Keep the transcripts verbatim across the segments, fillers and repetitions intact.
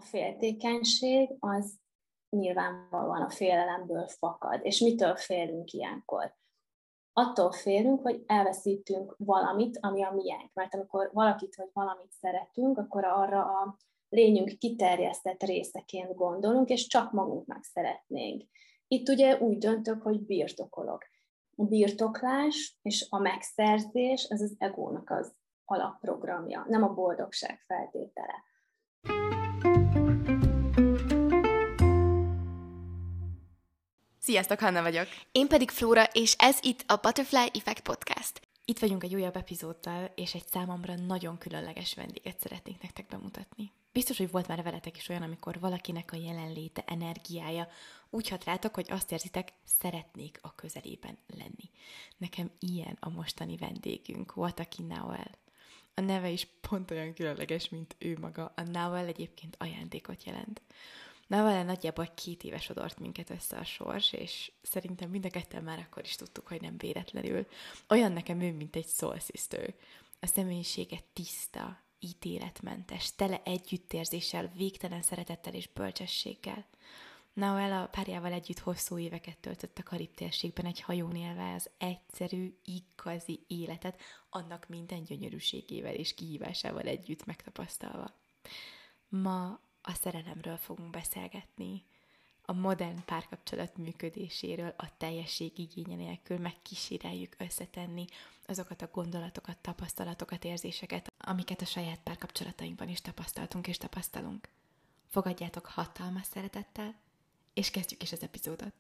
féltékenység az nyilvánvalóan a félelemből fakad. És mitől félünk ilyenkor? Attól félünk, hogy elveszítünk valamit, ami a miénk. Mert amikor valakit vagy valamit szeretünk, akkor arra a lényünk kiterjesztett részeként gondolunk, és csak magunknak szeretnénk. Itt ugye úgy döntök, hogy birtokolok. A birtoklás és a megszerzés, ez az egónak az alapprogramja, nem a boldogság feltétele. Sziasztok, Hanna vagyok. Én pedig Flóra, és ez itt a Butterfly Effect Podcast. Itt vagyunk egy újabb epizóddal, és egy számomra nagyon különleges vendéget szeretnék nektek bemutatni. Biztos, hogy volt már veletek is olyan, amikor valakinek a jelenléte, energiája úgy hat rátok, hogy azt érzitek, szeretnék a közelében lenni. Nekem ilyen a mostani vendégünk, Wataki Noel. A neve is pont olyan különleges, mint ő maga. A Noel egyébként ajándékot jelent. Noel nagyjából két éve sodort minket össze a sors, és szerintem mind a ketten már akkor is tudtuk, hogy nem véletlenül. Olyan nekem ő, mint egy soul sister. A személyisége tiszta, ítéletmentes, tele együttérzéssel, végtelen szeretettel és bölcsességgel. Noel a párjával együtt hosszú éveket töltött a Karib-térségben egy hajón élve az egyszerű, igazi életet, annak minden gyönyörűségével és kihívásával együtt megtapasztalva. Ma a szerelemről fogunk beszélgetni, a modern párkapcsolat működéséről, a teljesség igénye nélkül megkíséreljük összetenni azokat a gondolatokat, tapasztalatokat, érzéseket, amiket a saját párkapcsolatainkban is tapasztaltunk és tapasztalunk. Fogadjátok hatalmas szeretettel, és kezdjük is az epizódot.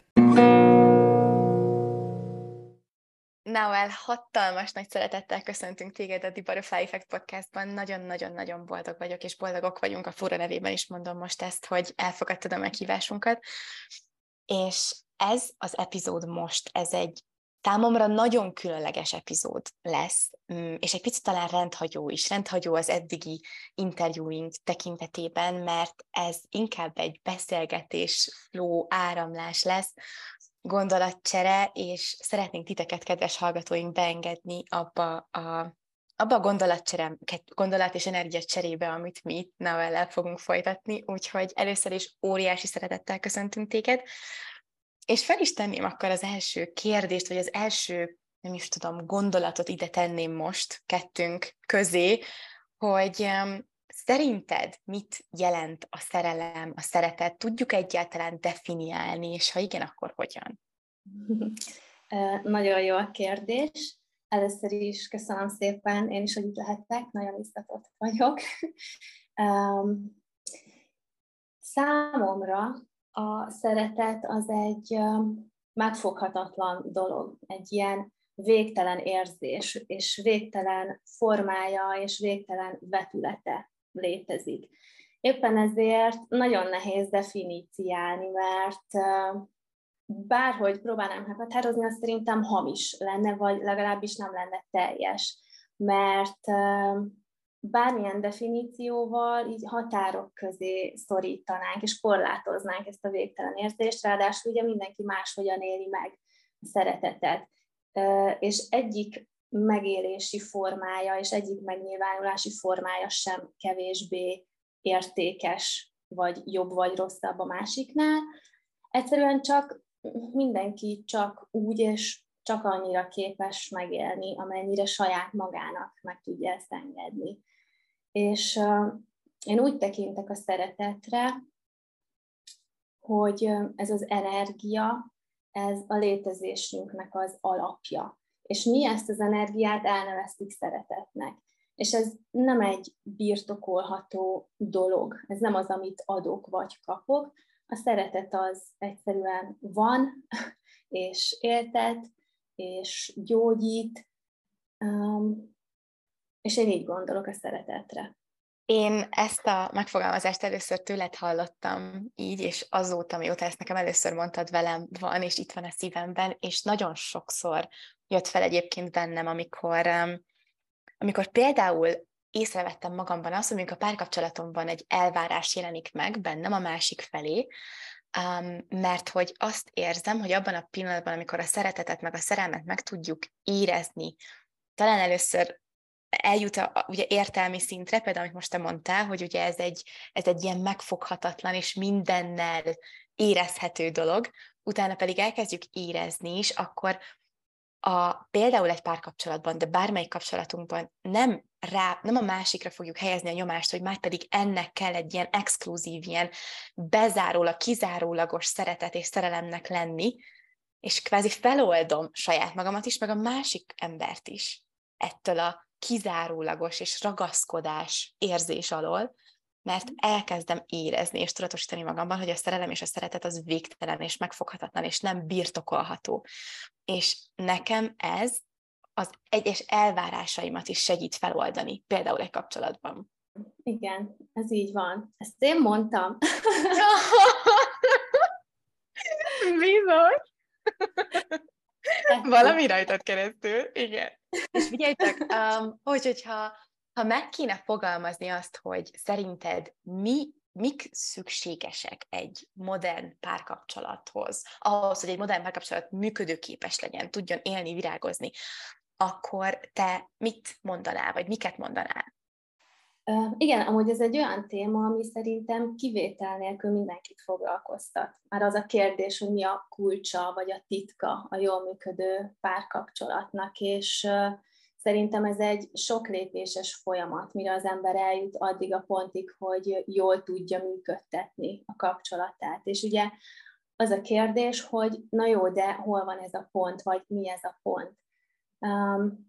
Noel, hatalmas nagy szeretettel köszöntünk téged a The Butterfly Effect Podcastban. Nagyon-nagyon-nagyon boldog vagyok, és boldogok vagyunk, a Flóra nevében is mondom most ezt, hogy elfogadtad a meghívásunkat. És ez az epizód most, ez egy számomra nagyon különleges epizód lesz, és egy picit talán rendhagyó is, rendhagyó az eddigi interjúink tekintetében, mert ez inkább egy beszélgetés, flow, áramlás lesz, gondolatcsere, és szeretnénk titeket, kedves hallgatóink, beengedni abba a, abba a gondolatcsere, gondolat és energia cserébe, amit mi itt Noellel fogunk folytatni, úgyhogy először is óriási szeretettel köszöntünk téged, és fel is tenném akkor az első kérdést, vagy az első, nem is tudom, gondolatot ide tenném most kettőnk közé, hogy um, szerinted mit jelent a szerelem, a szeretet? Tudjuk egyáltalán definiálni, és ha igen, akkor hogyan? Nagyon jó a kérdés. Először is köszönöm szépen, én is, hogy itt lehettek, nagyon izgatott vagyok. Számomra a szeretet az egy megfoghatatlan dolog, egy ilyen végtelen érzés, és végtelen formája, és végtelen vetülete létezik. Éppen ezért nagyon nehéz definíciálni, mert bárhogy próbálnám meghatározni, azt szerintem hamis lenne, vagy legalábbis nem lenne teljes, mert bármilyen definícióval így határok közé szorítanánk, és korlátoznánk ezt a végtelen érzést, ráadásul ugye mindenki máshogyan éli meg a szeretetet. És egyik megélési formája, és egyik megnyilvánulási formája sem kevésbé értékes, vagy jobb, vagy rosszabb a másiknál. Egyszerűen csak mindenki csak úgy, és csak annyira képes megélni, amennyire saját magának meg tudja ezt engedni. És uh, én úgy tekintek a szeretetre, hogy uh, ez az energia, ez a létezésünknek az alapja. És mi ezt az energiát elneveztük szeretetnek. És ez nem egy birtokolható dolog, ez nem az, amit adok vagy kapok. A szeretet az egyszerűen van, és éltet, és gyógyít, um, és én így gondolok a szeretetre. Én ezt a megfogalmazást először tőled hallottam így, és azóta, mióta ezt nekem először mondtad, velem van, és itt van a szívemben, és nagyon sokszor jött fel egyébként bennem, amikor, um, amikor például észrevettem magamban azt, hogy amikor a párkapcsolatomban egy elvárás jelenik meg bennem a másik felé, um, mert hogy azt érzem, hogy abban a pillanatban, amikor a szeretetet meg a szerelmet meg tudjuk érezni, talán először eljut a, ugye értelmi szintre, például, amit most te mondtál, hogy ugye ez egy, ez egy ilyen megfoghatatlan és mindennel érezhető dolog, utána pedig elkezdjük érezni is, akkor a, például egy párkapcsolatban, de bármelyik kapcsolatunkban nem, rá, nem a másikra fogjuk helyezni a nyomást, hogy már pedig ennek kell egy ilyen exkluzív, ilyen bezárólag, kizárólagos szeretet és szerelemnek lenni, és kvázi feloldom saját magamat is, meg a másik embert is ettől a kizárólagos és ragaszkodás érzés alól, mert elkezdem érezni és tudatosítani magamban, hogy a szerelem és a szeretet az végtelen és megfoghatatlan, és nem birtokolható. És nekem ez az egyes elvárásaimat is segít feloldani, például egy kapcsolatban. Igen, ez így van. Ezt én mondtam. Bizony. Valami rajtad keresztül, igen. És figyeljetek, um, hogy, hogyha ha meg kéne fogalmazni azt, hogy szerinted mi, mik szükségesek egy modern párkapcsolathoz, ahhoz, hogy egy modern párkapcsolat működőképes legyen, tudjon élni, virágozni, akkor te mit mondanál, vagy miket mondanál? Uh, igen, amúgy ez egy olyan téma, ami szerintem kivétel nélkül mindenkit foglalkoztat. Már az a kérdés, hogy mi a kulcsa, vagy a titka a jól működő párkapcsolatnak, és uh, szerintem ez egy sok lépéses folyamat, mire az ember eljut addig a pontig, hogy jól tudja működtetni a kapcsolatát. És ugye az a kérdés, hogy na jó, de hol van ez a pont, vagy mi ez a pont? Um,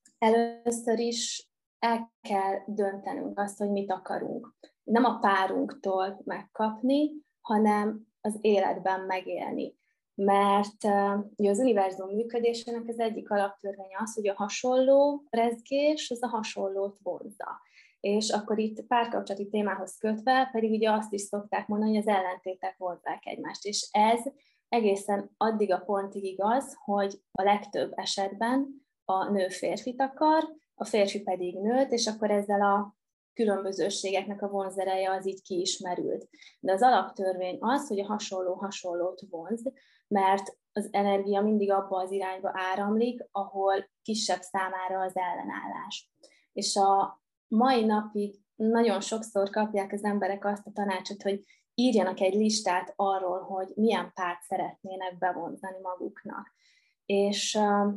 először is el kell döntenünk azt, hogy mit akarunk. Nem a párunktól megkapni, hanem az életben megélni. Mert uh, az univerzum működésének az egyik alaptörvénye az, hogy a hasonló rezgés, az a hasonlót vonzza. És akkor itt párkapcsolati témához kötve pedig ugye azt is szokták mondani, hogy az ellentétek vonzzák egymást. És ez egészen addig a pontig igaz, hogy a legtöbb esetben a nő férfit akar, a férfi pedig nőt, és akkor ezzel a különbözőségeknek a vonzereje az így kiismerült. De az alaptörvény az, hogy a hasonló hasonlót vonz, mert az energia mindig abba az irányba áramlik, ahol kisebb számára az ellenállás. És a mai napig nagyon sokszor kapják az emberek azt a tanácsot, hogy írjanak egy listát arról, hogy milyen párt szeretnének bevonzani maguknak. És uh,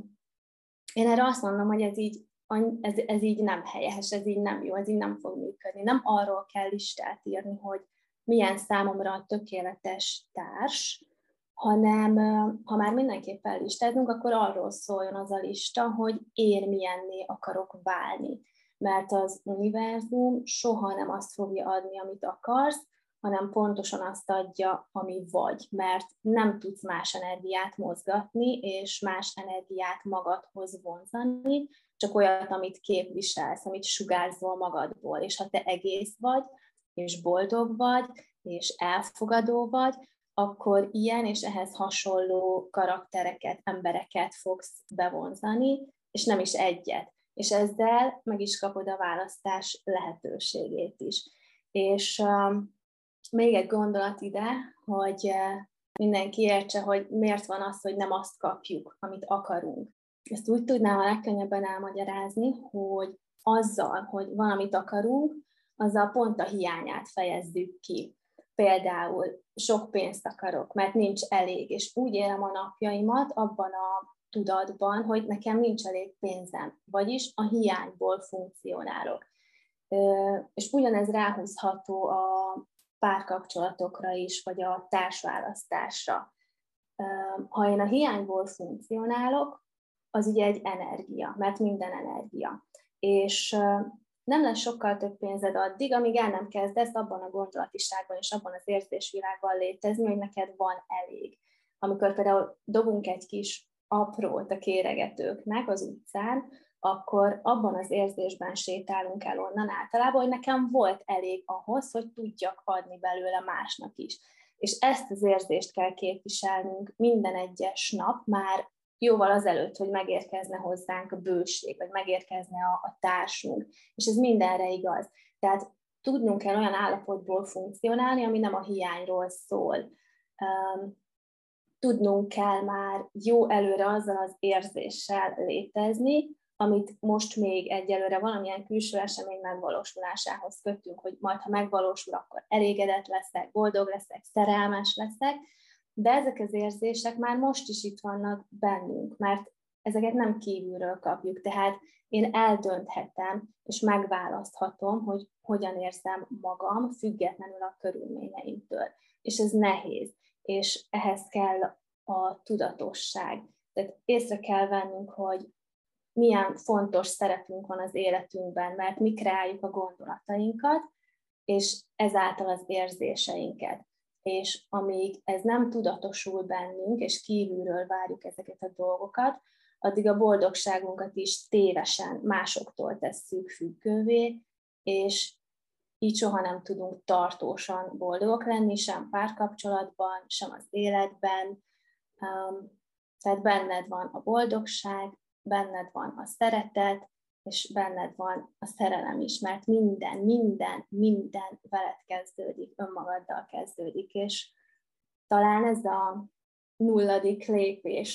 én erre azt mondom, hogy ez így Ez, ez így nem helyes, ez így nem jó, ez így nem fog működni. Nem arról kell listát írni, hogy milyen számomra a tökéletes társ, hanem ha már mindenképpen listázunk, akkor arról szóljon az a lista, hogy én milyenné akarok válni. Mert az univerzum soha nem azt fogja adni, amit akarsz, hanem pontosan azt adja, ami vagy, mert nem tudsz más energiát mozgatni, és más energiát magadhoz vonzani, csak olyat, amit képviselsz, amit sugárzol magadból. És ha te egész vagy, és boldog vagy, és elfogadó vagy, akkor ilyen és ehhez hasonló karaktereket, embereket fogsz bevonzani, és nem is egyet. És ezzel meg is kapod a választás lehetőségét is. És um, még egy gondolat ide, hogy uh, mindenki értse, hogy miért van az, hogy nem azt kapjuk, amit akarunk. Ezt úgy tudnám a legkönnyebben elmagyarázni, hogy azzal, hogy valamit akarunk, azzal pont a hiányát fejezzük ki. Például sok pénzt akarok, mert nincs elég, és úgy élem a napjaimat abban a tudatban, hogy nekem nincs elég pénzem, vagyis a hiányból funkcionálok. És ugyanez ráhúzható a párkapcsolatokra is, vagy a társválasztásra. Ha én a hiányból funkcionálok, az ugye egy energia, mert minden energia. És nem lesz sokkal több pénzed addig, amíg el nem kezdesz abban a gondolatiságban és abban az érzésvilágban létezni, hogy neked van elég. Amikor például dobunk egy kis aprót a kéregetőknek az utcán, akkor abban az érzésben sétálunk el onnan általában, hogy nekem volt elég ahhoz, hogy tudjak adni belőle másnak is. És ezt az érzést kell képviselnünk minden egyes nap, már jóval azelőtt, hogy megérkezne hozzánk a bőség, vagy megérkezne a, a társunk. És ez mindenre igaz. Tehát tudnunk kell olyan állapotból funkcionálni, ami nem a hiányról szól. Um, tudnunk kell már jó előre azzal az érzéssel létezni, amit most még egyelőre valamilyen külső esemény megvalósulásához kötünk, hogy majd, ha megvalósul, akkor elégedett leszek, boldog leszek, szerelmes leszek, de ezek az érzések már most is itt vannak bennünk, mert ezeket nem kívülről kapjuk, tehát én eldönthetem, és megválaszthatom, hogy hogyan érzem magam, függetlenül a körülményeimtől. És ez nehéz, és ehhez kell a tudatosság. Tehát észre kell vennünk, hogy milyen fontos szerepünk van az életünkben, mert mi kreáljuk a gondolatainkat, és ezáltal az érzéseinket. És amíg ez nem tudatosul bennünk, és kívülről várjuk ezeket a dolgokat, addig a boldogságunkat is tévesen másoktól tesszük függővé, és így soha nem tudunk tartósan boldogok lenni, sem párkapcsolatban, sem az életben. Tehát benned van a boldogság, benned van a szeretet, és benned van a szerelem is, mert minden, minden, minden veled kezdődik, önmagaddal kezdődik, és talán ez a nulladik lépés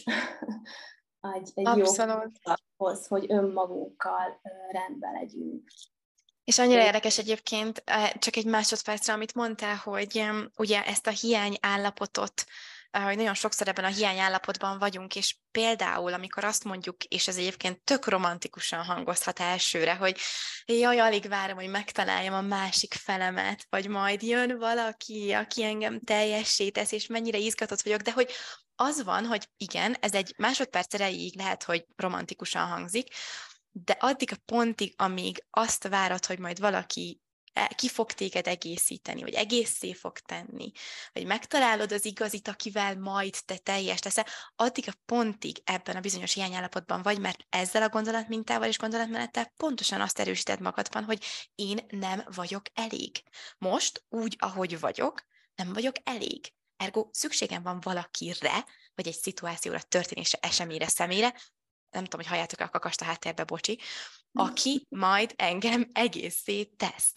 egy, egy jó ahhoz, hogy önmagunkkal rendben legyünk. És annyira érdekes egyébként, csak egy másodpercre, amit mondtál, hogy ugye ezt a hiány állapotot, hogy nagyon sokszor ebben a hiányállapotban vagyunk, és például, amikor azt mondjuk, és ez egyébként tök romantikusan hangozhat elsőre, hogy jaj, alig várom, hogy megtaláljam a másik felemet, vagy majd jön valaki, aki engem teljessé tesz, és mennyire izgatott vagyok, de hogy az van, hogy igen, ez egy másodperc erejéig lehet, hogy romantikusan hangzik, de addig a pontig, amíg azt várod, hogy majd valaki ki fog téged egészíteni, vagy egészé fog tenni, vagy megtalálod az igazit, akivel majd te teljes leszel, addig a pontig ebben a bizonyos hiányállapotban vagy, mert ezzel a gondolatmintával és gondolatmenettel pontosan azt erősíted magadban, hogy én nem vagyok elég. Most, úgy, ahogy vagyok, nem vagyok elég. Ergo szükségem van valakire, vagy egy szituációra, történésre, eseményre, személyre, nem tudom, hogy halljátok a kakast a háttérbe, bocsi, aki majd engem egészé tesz.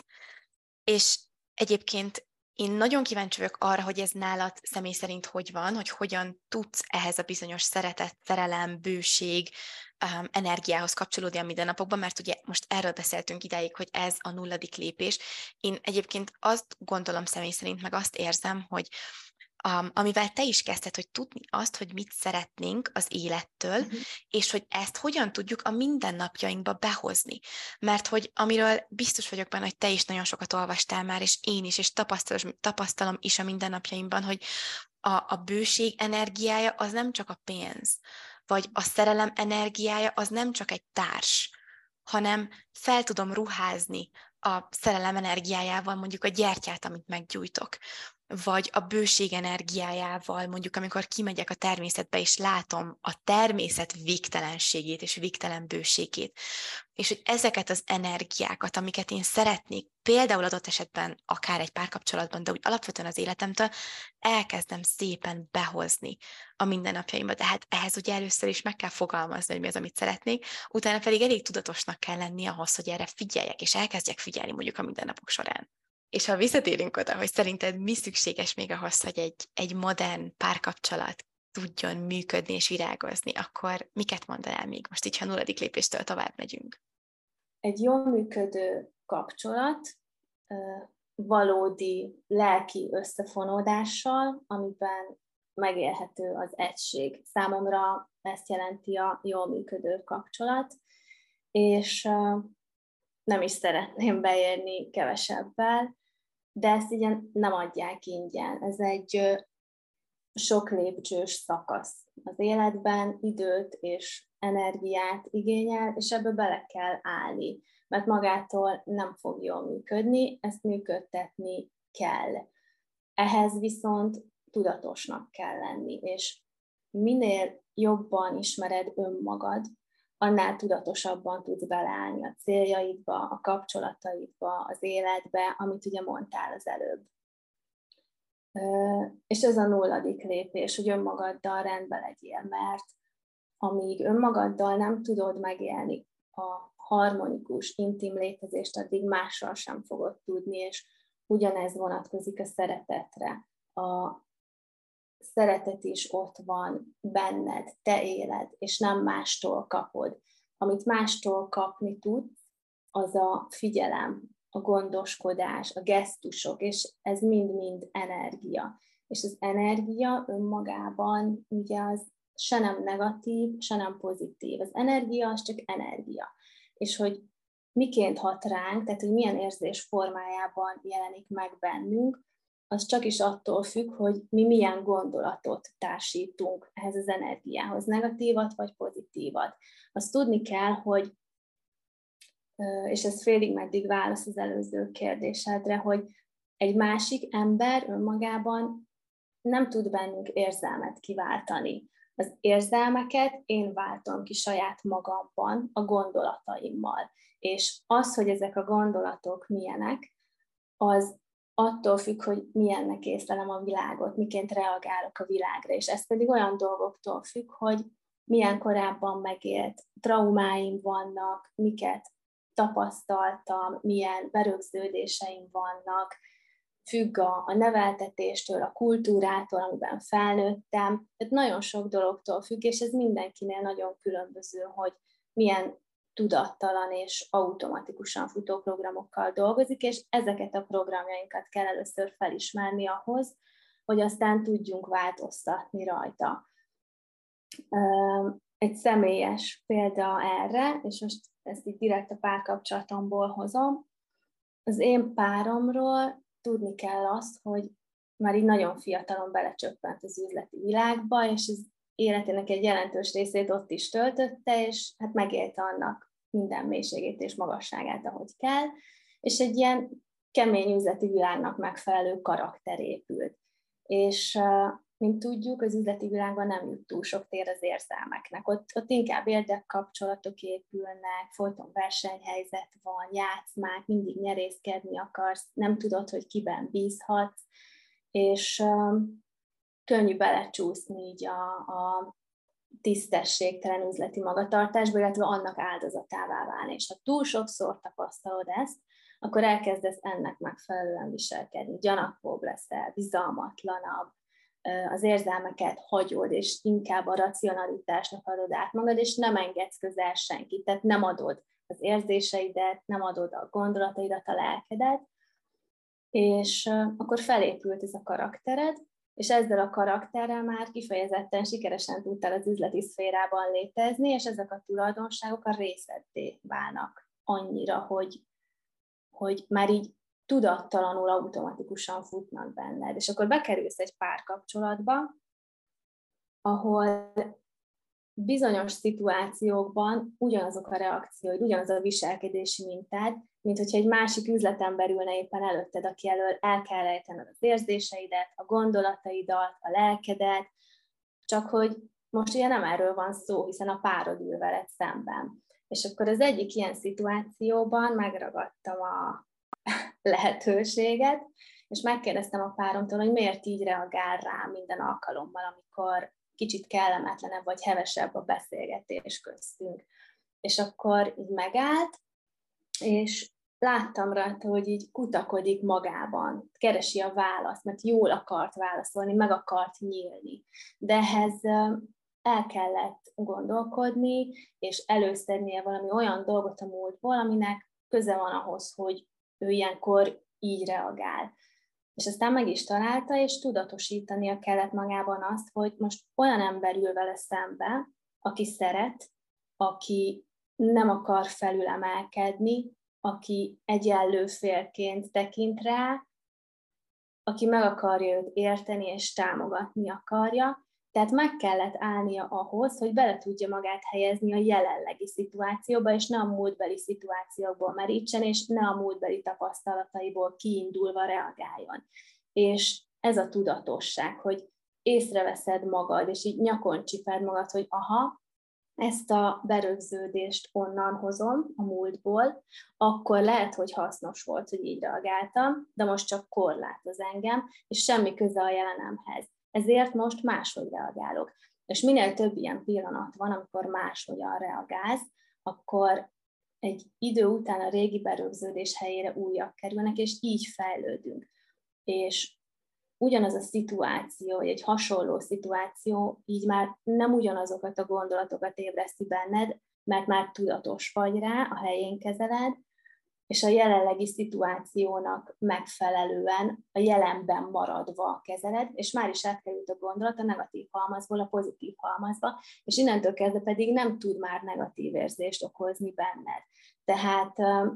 És egyébként én nagyon kíváncsi vagyok arra, hogy ez nálad személy szerint hogy van, hogy hogyan tudsz ehhez a bizonyos szeretet, szerelem, bőség, um, energiához kapcsolódni a mindennapokban, mert ugye most erről beszéltünk idáig, hogy ez a nulladik lépés. Én egyébként azt gondolom személy szerint, meg azt érzem, hogy Um, amivel te is kezdted, hogy tudni azt, hogy mit szeretnénk az élettől, uh-huh. és hogy ezt hogyan tudjuk a mindennapjainkba behozni. Mert hogy amiről biztos vagyok benne, hogy te is nagyon sokat olvastál már, és én is, és tapasztalom, tapasztalom is a mindennapjaimban, hogy a, a bőség energiája az nem csak a pénz, vagy a szerelem energiája az nem csak egy társ, hanem fel tudom ruházni a szerelem energiájával mondjuk a gyertyát, amit meggyújtok, vagy a bőség energiájával, mondjuk amikor kimegyek a természetbe, és látom a természet végtelenségét és végtelen bőségét. És hogy ezeket az energiákat, amiket én szeretnék, például adott esetben akár egy párkapcsolatban, de úgy alapvetően az életemtől, elkezdem szépen behozni a mindennapjaimba. De hát ehhez ugye először is meg kell fogalmazni, hogy mi az, amit szeretnék, utána pedig elég tudatosnak kell lenni ahhoz, hogy erre figyeljek, és elkezdjek figyelni mondjuk a mindennapok során. És ha visszatérünk oda, hogy szerinted mi szükséges még ahhoz, hogy egy, egy modern párkapcsolat tudjon működni és virágozni, akkor miket mondanál még most így, ha nulladik lépéstől tovább megyünk? Egy jól működő kapcsolat valódi lelki összefonódással, amiben megélhető az egység. Számomra ezt jelenti a jól működő kapcsolat, és nem is szeretném beérni kevesebbel, de ezt így nem adják ingyen. Ez egy sok lépcsős szakasz az életben, időt és energiát igényel, és ebbe bele kell állni, mert magától nem fog jól működni, ezt működtetni kell. Ehhez viszont tudatosnak kell lenni, és minél jobban ismered önmagad, annál tudatosabban tudsz beleállni a céljaidba, a kapcsolataidba, az életbe, amit ugye mondtál az előbb. És ez a nulladik lépés, hogy önmagaddal rendben legyél, mert amíg önmagaddal nem tudod megélni a harmonikus, intim létezést, addig mással sem fogod tudni, és ugyanez vonatkozik a szeretetre. A szeretet is ott van benned, te éled, és nem mástól kapod. amit mástól kapni tudsz, az a figyelem, a gondoskodás, a gesztusok, és ez mind-mind energia. És az energia önmagában ugye az se nem negatív, se nem pozitív. Az energia az csak energia. És hogy miként hat ránk, tehát hogy milyen érzés formájában jelenik meg bennünk, az csak is attól függ, hogy mi milyen gondolatot társítunk ehhez az energiához, negatívat vagy pozitívat. Azt tudni kell, hogy, és ez félig meddig válasz az előző kérdésedre, hogy egy másik ember önmagában nem tud bennünk érzelmet kiváltani. Az érzelmeket én váltom ki saját magamban, a gondolataimmal. És az, hogy ezek a gondolatok milyenek, az attól függ, hogy milyennek észlelem a világot, miként reagálok a világra, és ez pedig olyan dolgoktól függ, hogy milyen korábban megélt traumáim vannak, miket tapasztaltam, milyen berögződéseim vannak, függ a, a neveltetéstől, a kultúrától, amiben felnőttem, tehát nagyon sok dologtól függ, és ez mindenkinél nagyon különböző, hogy milyen tudattalan és automatikusan futó programokkal dolgozik, és ezeket a programjainkat kell először felismerni ahhoz, hogy aztán tudjunk változtatni rajta. Egy személyes példa erre, és most ezt így direkt a párkapcsolatomból hozom, az én páromról tudni kell azt, hogy már így nagyon fiatalon belecsöppent az üzleti világba, és az életének egy jelentős részét ott is töltötte, és hát megélte annak minden mélységét és magasságát, ahogy kell, és egy ilyen kemény üzleti világnak megfelelő karakter épült. És mint tudjuk, az üzleti világban nem jut túl sok tér az érzelmeknek. Ott, ott inkább érdekkapcsolatok épülnek, folyton versenyhelyzet van, játszmák, mindig nyerészkedni akarsz, nem tudod, hogy kiben bízhatsz, és um, könnyű belecsúszni így a, a tisztességtelen üzleti magatartásba, illetve annak áldozatává válni. És ha túl sokszor tapasztalod ezt, akkor elkezdesz ennek megfelelően viselkedni. Gyanakvóbb leszel, bizalmatlanabb, az érzelmeket hagyod, és inkább a racionalitásnak adod át magad, és nem engedsz közel senkit, tehát nem adod az érzéseidet, nem adod a gondolataidat, a lelkedet, és akkor felépült ez a karaktered, és ezzel a karakterrel már kifejezetten sikeresen tudtál az üzleti szférában létezni, és ezek a tulajdonságok a részeddé válnak annyira, hogy, hogy már így tudattalanul, automatikusan futnak benned. És akkor bekerülsz egy párkapcsolatba, ahol bizonyos szituációkban ugyanazok a reakcióid, ugyanaz a viselkedési mintád, mint hogyha egy másik üzletember ülne éppen előtted, aki elől el kell rejtened az érzéseidet, a gondolataidat, a lelkedet, csak hogy most ugye nem erről van szó, hiszen a párod ül veled szemben. És akkor az egyik ilyen szituációban megragadtam a lehetőséget, és megkérdeztem a páromtól, hogy miért így reagál rám minden alkalommal, amikor kicsit kellemetlenebb vagy hevesebb a beszélgetés köztünk. És akkor így megállt, és láttam rajta, hogy így kutakodik magában, keresi a választ, mert jól akart válaszolni, meg akart nyílni. De ehhez el kellett gondolkodni, és előszednie valami olyan dolgot a múltból, aminek köze van ahhoz, hogy ő ilyenkor így reagál. És aztán meg is találta, és tudatosítania kellett magában azt, hogy most olyan ember ül vele szembe, aki szeret, aki nem akar felülemelkedni, aki egyenlő félként tekint rá, aki meg akarja őt érteni és támogatni akarja, tehát meg kellett állnia ahhoz, hogy bele tudja magát helyezni a jelenlegi szituációba, és ne a múltbeli szituációkból merítsen, és ne a múltbeli tapasztalataiból kiindulva reagáljon. És ez a tudatosság, hogy észreveszed magad, és így nyakon csiped magad, hogy aha, ezt a berögződést onnan hozom a múltból, akkor lehet, hogy hasznos volt, hogy így reagáltam, de most csak korlátoz engem, és semmi köze a jelenemhez. Ezért most máshogy reagálok. És minél több ilyen pillanat van, amikor máshogyan reagálsz, akkor egy idő után a régi berögződés helyére újak kerülnek, és így fejlődünk. És ugyanaz a szituáció, vagy egy hasonló szituáció, így már nem ugyanazokat a gondolatokat ébreszti benned, mert már tudatos vagy rá, a helyén kezeled, és a jelenlegi szituációnak megfelelően a jelenben maradva kezeled, és már is átkerült a gondolat a negatív halmazból a pozitív halmazba, és innentől kezdve pedig nem tud már negatív érzést okozni benned. Tehát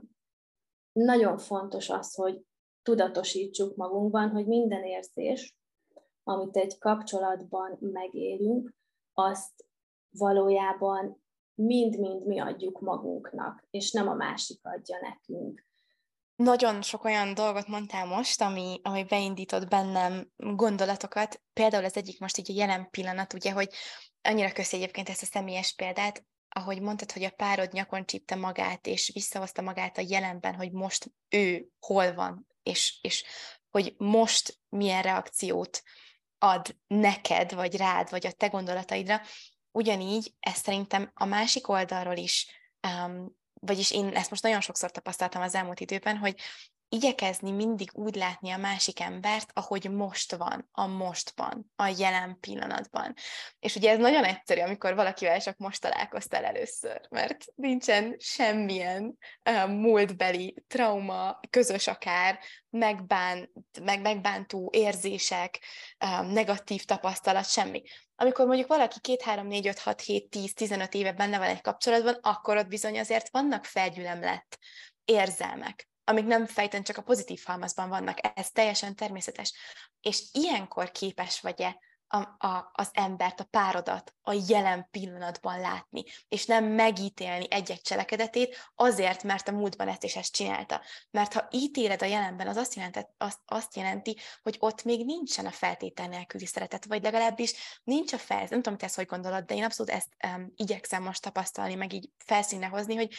nagyon fontos az, hogy tudatosítsuk magunkban, hogy minden érzés, amit egy kapcsolatban megélünk, azt valójában mind-mind mi adjuk magunknak, és nem a másik adja nekünk. Nagyon sok olyan dolgot mondtál most, ami, ami beindított bennem gondolatokat. Például az egyik most így a jelen pillanat, ugye, hogy annyira köszi egyébként ezt a személyes példát, ahogy mondtad, hogy a párod nyakon csípte magát, és visszahozta magát a jelenben, hogy most ő hol van, és, és hogy most milyen reakciót ad neked, vagy rád, vagy a te gondolataidra. Ugyanígy ezt szerintem a másik oldalról is, um, vagyis én ezt most nagyon sokszor tapasztaltam az elmúlt időben, hogy igyekezni mindig úgy látni a másik embert, ahogy most van, a mostban, a jelen pillanatban. És ugye ez nagyon egyszerű, amikor valakivel csak most találkoztál először, mert nincsen semmilyen uh, múltbeli trauma, közös akár, megbánt, meg, megbántó érzések, um, negatív tapasztalat, semmi. Amikor mondjuk valaki két, három, négy, öt, hat, hét, tíz, tizenöt éve benne van egy kapcsolatban, akkor ott bizony azért vannak felgyülemlett érzelmek, amik nem fejten csak a pozitív halmazban vannak, ez teljesen természetes. És ilyenkor képes vagy-e a, a, az embert, a párodat a jelen pillanatban látni, és nem megítélni egy-egy cselekedetét azért, mert a múltban ezt és ezt csinálta. Mert ha ítéled a jelenben, az azt jelenti, azt, azt jelenti, hogy ott még nincsen a feltétel nélküli szeretet, vagy legalábbis nincs a fel, nem tudom, te ezt hogy gondolod, de én abszolút ezt um, igyekszem most tapasztalni, meg így felszínre hozni, hogy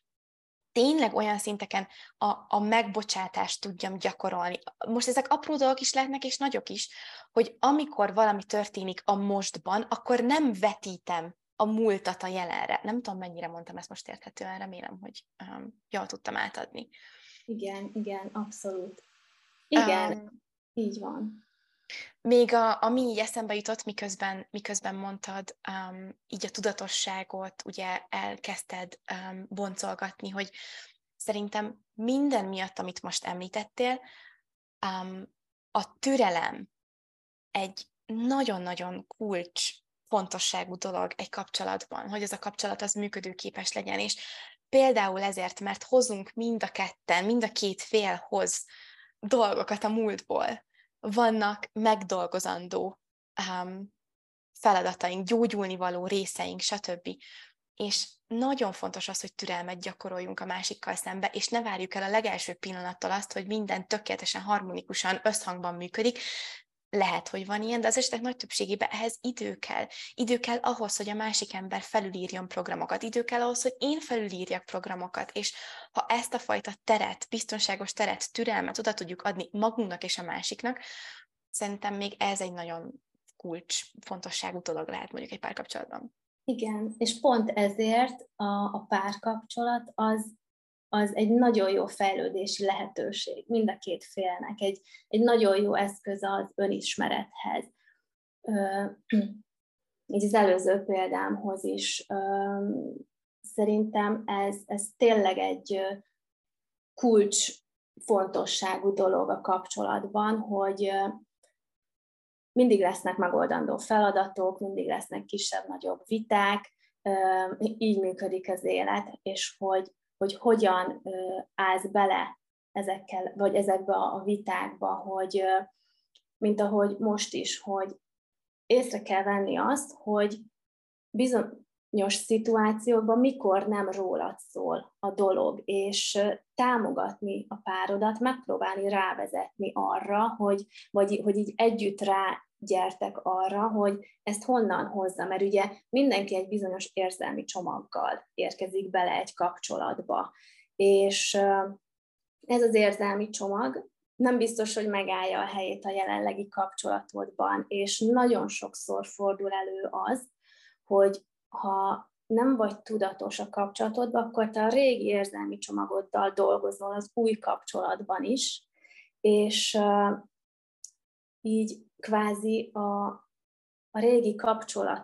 tényleg olyan szinteken a, a megbocsátást tudjam gyakorolni. Most ezek apró dolgok is lehetnek, és nagyok is, hogy amikor valami történik a mostban, akkor nem vetítem a múltat a jelenre. Nem tudom, mennyire mondtam ezt most érthetően, remélem, hogy um, jól tudtam átadni. Igen, igen, abszolút. Igen, um, így van. Még a, ami így eszembe jutott, miközben, miközben mondtad um, így a tudatosságot, ugye elkezdted um, boncolgatni, hogy szerintem minden miatt, amit most említettél, um, a türelem egy nagyon-nagyon kulcs fontosságú dolog egy kapcsolatban, hogy ez a kapcsolat az működőképes legyen, és például ezért, mert hozunk mind a ketten, mind a két fél hoz dolgokat a múltból, vannak megdolgozandó um, feladataink, gyógyulni való részeink, stb. És nagyon fontos az, hogy türelmet gyakoroljunk a másikkal szembe, és ne várjuk el a legelső pillanattól azt, hogy minden tökéletesen, harmonikusan, összhangban működik. Lehet, hogy van ilyen, de az esetek nagy többségében ehhez idő kell. Idő kell ahhoz, hogy a másik ember felülírjon programokat. Idő kell ahhoz, hogy én felülírjak programokat. És ha ezt a fajta teret, biztonságos teret, türelmet oda tudjuk adni magunknak és a másiknak, szerintem még ez egy nagyon kulcs, fontosságú dolog lehet mondjuk egy párkapcsolatban. Igen, és pont ezért a, a párkapcsolat az, az egy nagyon jó fejlődési lehetőség mind a két félnek, egy, egy nagyon jó eszköz az önismerethez. Így az előző példámhoz is szerintem ez, ez tényleg egy kulcs fontosságú dolog a kapcsolatban, hogy mindig lesznek megoldandó feladatok, mindig lesznek kisebb-nagyobb viták, így működik az élet, és hogy, hogy hogyan állsz bele ezekkel, vagy ezekbe a vitákba, hogy mint ahogy most is, hogy észre kell venni azt, hogy bizonyos szituációkban mikor nem rólad szól a dolog, és támogatni a párodat, megpróbálni rávezetni arra, hogy, vagy, hogy így együtt rágyertek arra, hogy ezt honnan hozza, mert ugye mindenki egy bizonyos érzelmi csomaggal érkezik bele egy kapcsolatba, és ez az érzelmi csomag nem biztos, hogy megállja a helyét a jelenlegi kapcsolatodban, és nagyon sokszor fordul elő az, hogy ha nem vagy tudatos a kapcsolatodban, akkor te a régi érzelmi csomagoddal dolgozol az új kapcsolatban is, és uh, így kvázi a, a régi kapcsolatod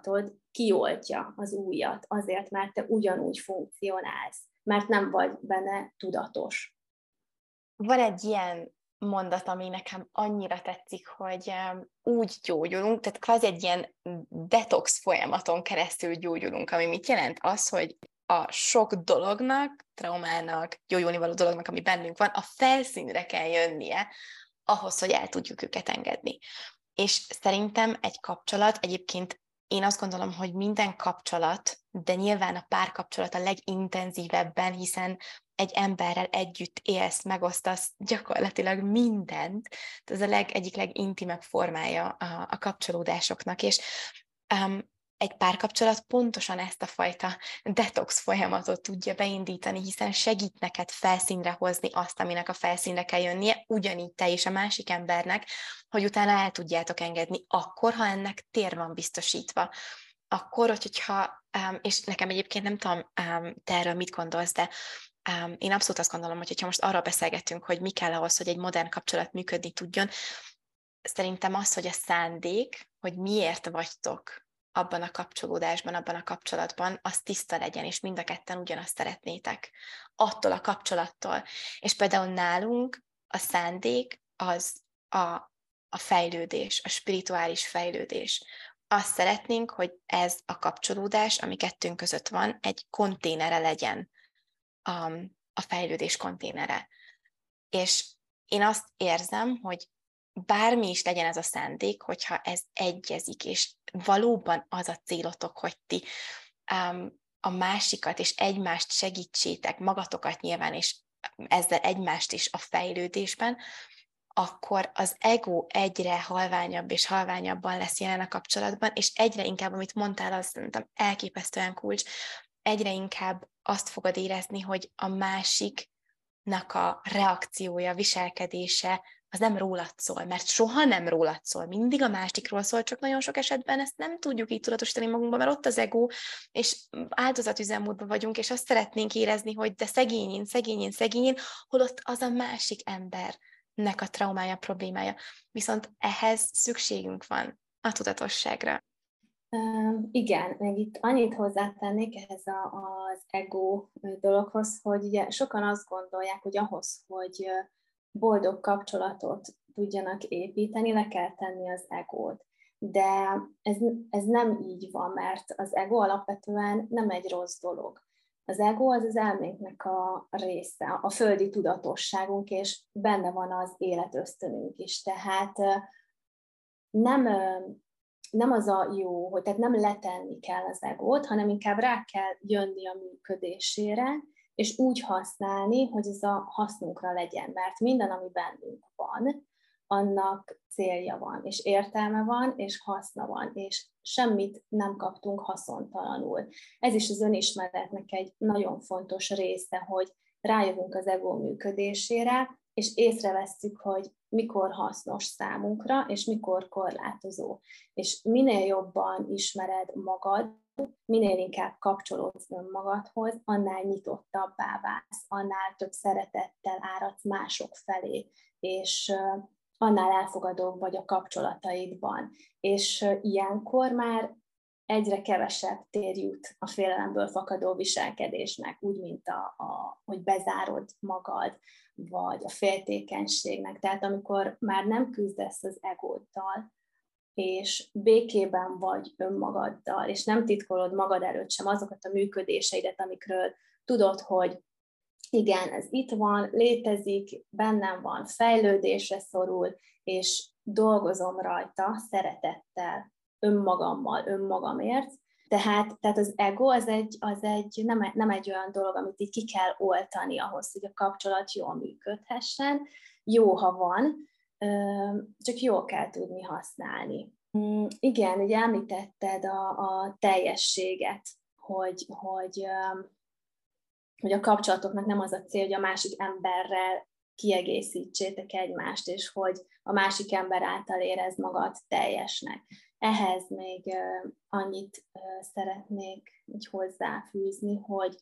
kioltja az újat, azért, mert te ugyanúgy funkcionálsz, mert nem vagy benne tudatos. Van egy ilyen mondat, ami nekem annyira tetszik, hogy úgy gyógyulunk, tehát kvázi egy ilyen detox folyamaton keresztül gyógyulunk, ami mit jelent? Az, hogy a sok dolognak, traumának, gyógyulni való dolognak, ami bennünk van, a felszínre kell jönnie ahhoz, hogy el tudjuk őket engedni. És szerintem egy kapcsolat, egyébként én azt gondolom, hogy minden kapcsolat, de nyilván a párkapcsolat a legintenzívebben, hiszen egy emberrel együtt élsz, megosztasz gyakorlatilag mindent. Ez a leg, egyik legintimebb formája a, a kapcsolódásoknak, és um, egy párkapcsolat pontosan ezt a fajta detox folyamatot tudja beindítani, hiszen segít neked felszínre hozni azt, aminek a felszínre kell jönnie, ugyanígy te és a másik embernek, hogy utána el tudjátok engedni, akkor, ha ennek tér van biztosítva. Akkor, hogyha, és nekem egyébként nem tudom, te erről mit gondolsz, de én abszolút azt gondolom, hogy ha most arról beszélgetünk, hogy mi kell ahhoz, hogy egy modern kapcsolat működni tudjon, szerintem az, hogy a szándék, hogy miért vagytok abban a kapcsolódásban, abban a kapcsolatban, az tiszta legyen, és mind a ketten ugyanazt szeretnétek. Attól a kapcsolattól. És például nálunk a szándék az a, a fejlődés, a spirituális fejlődés. Azt szeretnénk, hogy ez a kapcsolódás, ami kettőnk között van, egy konténere legyen, a, a fejlődés konténere. És én azt érzem, hogy bármi is legyen ez a szándék, hogyha ez egyezik, és valóban az a célotok, hogy ti um, a másikat és egymást segítsétek, magatokat nyilván, és ezzel egymást is a fejlődésben, akkor az ego egyre halványabb és halványabban lesz jelen a kapcsolatban, és egyre inkább, amit mondtál, az szerintem elképesztően kulcs, egyre inkább azt fogod érezni, hogy a másiknak a reakciója, viselkedése, az nem rólad szól, mert soha nem rólad szól, mindig a másikról szól, csak nagyon sok esetben ezt nem tudjuk így tudatosítani magunkban, mert ott az ego, és áldozatüzemmódban vagyunk, és azt szeretnénk érezni, hogy de szegényén, szegényén, szegényén, holott az a másik embernek a traumája, problémája. Viszont ehhez szükségünk van a tudatosságra. Uh, igen, meg itt annyit hozzátennék ehhez a, az ego dologhoz, hogy ugye sokan azt gondolják, hogy ahhoz, hogy boldog kapcsolatot tudjanak építeni, le kell tenni az egót. De ez, ez nem így van, mert az ego alapvetően nem egy rossz dolog. Az ego az az elménknek a része, a földi tudatosságunk, és benne van az életösztönünk is. Tehát nem... nem az a jó, hogy tehát nem letenni kell az egót, hanem inkább rá kell jönni a működésére, és úgy használni, hogy ez a hasznunkra legyen, mert minden, ami bennünk van, annak célja van, és értelme van, és haszna van, és semmit nem kaptunk haszontalanul. Ez is az önismeretnek egy nagyon fontos része, hogy rájövünk az ego működésére, és észrevesszük, hogy mikor hasznos számunkra, és mikor korlátozó. És minél jobban ismered magad, minél inkább kapcsolódsz önmagadhoz, annál nyitottabbá válsz, annál több szeretettel áradsz mások felé, és annál elfogadóbb vagy a kapcsolataidban. És ilyenkor már egyre kevesebb tér jut a félelemből fakadó viselkedésnek, úgy, mint a, a, hogy bezárod magad, vagy a féltékenységnek. Tehát amikor már nem küzdesz az egóddal, és békében vagy önmagaddal, és nem titkolod magad előtt sem azokat a működéseidet, amikről tudod, hogy igen, ez itt van, létezik, bennem van, fejlődésre szorul, és dolgozom rajta szeretettel, önmagammal, önmagamért. Tehát, tehát az ego az egy, az egy nem, nem egy olyan dolog, amit így ki kell oltani ahhoz, hogy a kapcsolat jól működhessen. Jó, ha van, csak jól kell tudni használni. Igen, ugye említetted a, a teljességet, hogy, hogy, hogy a kapcsolatoknak nem az a cél, hogy a másik emberrel kiegészítsétek egymást, és hogy a másik ember által érezd magad teljesnek. Ehhez még uh, annyit uh, szeretnék így hozzáfűzni, hogy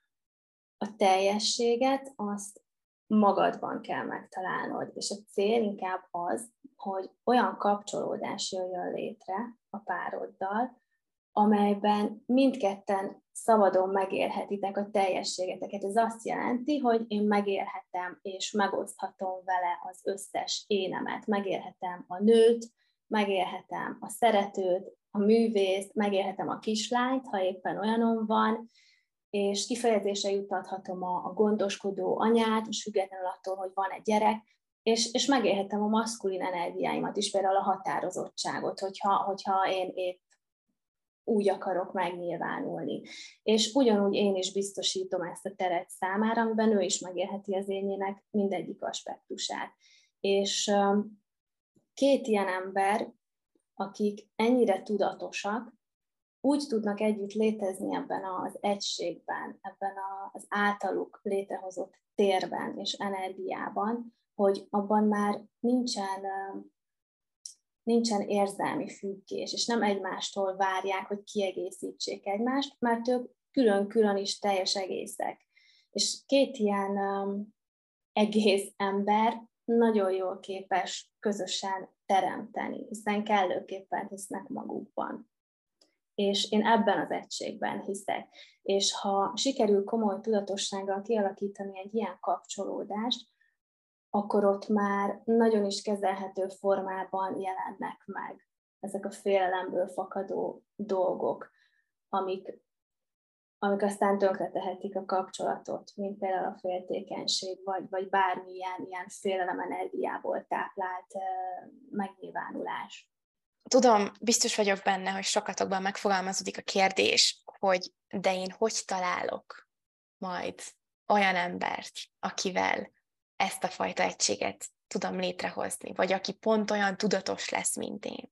a teljességet azt magadban kell megtalálnod, és a cél inkább az, hogy olyan kapcsolódás jöjjön létre a pároddal, amelyben mindketten szabadon megélhetitek a teljességeteket. Ez azt jelenti, hogy én megélhetem és megoszthatom vele az összes énemet. Megélhetem a nőt, megélhetem a szeretőt, a művészt, megélhetem a kislányt, ha éppen olyanom van, és kifejezésre juttathatom a, a gondoskodó anyát, és függetlenül attól, hogy van egy gyerek, és, és megélhetem a maszkulin energiáimat is, például a határozottságot, hogyha, hogyha én épp úgy akarok megnyilvánulni. És ugyanúgy én is biztosítom ezt a teret számára, amiben ő is megélheti az énjének mindegyik aspektusát. És két ilyen ember, akik ennyire tudatosak, úgy tudnak együtt létezni ebben az egységben, ebben az általuk létrehozott térben és energiában, hogy abban már nincsen, nincsen érzelmi függés, és nem egymástól várják, hogy kiegészítsék egymást, mert ők külön-külön is teljes egészek. És két ilyen um, egész ember nagyon jól képes közösen teremteni, hiszen kellőképpen hisznek magukban. És én ebben az egységben hiszek. És ha sikerül komoly tudatossággal kialakítani egy ilyen kapcsolódást, akkor ott már nagyon is kezelhető formában jelennek meg ezek a félelemből fakadó dolgok, amik, amik aztán tönkretehetik a kapcsolatot, mint például a féltékenység, vagy, vagy bármilyen ilyen félelem energiából táplált uh, megnyilvánulás. Tudom, biztos vagyok benne, hogy sokatokban megfogalmazódik a kérdés, hogy de én hogy találok majd olyan embert, akivel ezt a fajta egységet tudom létrehozni, vagy aki pont olyan tudatos lesz, mint én.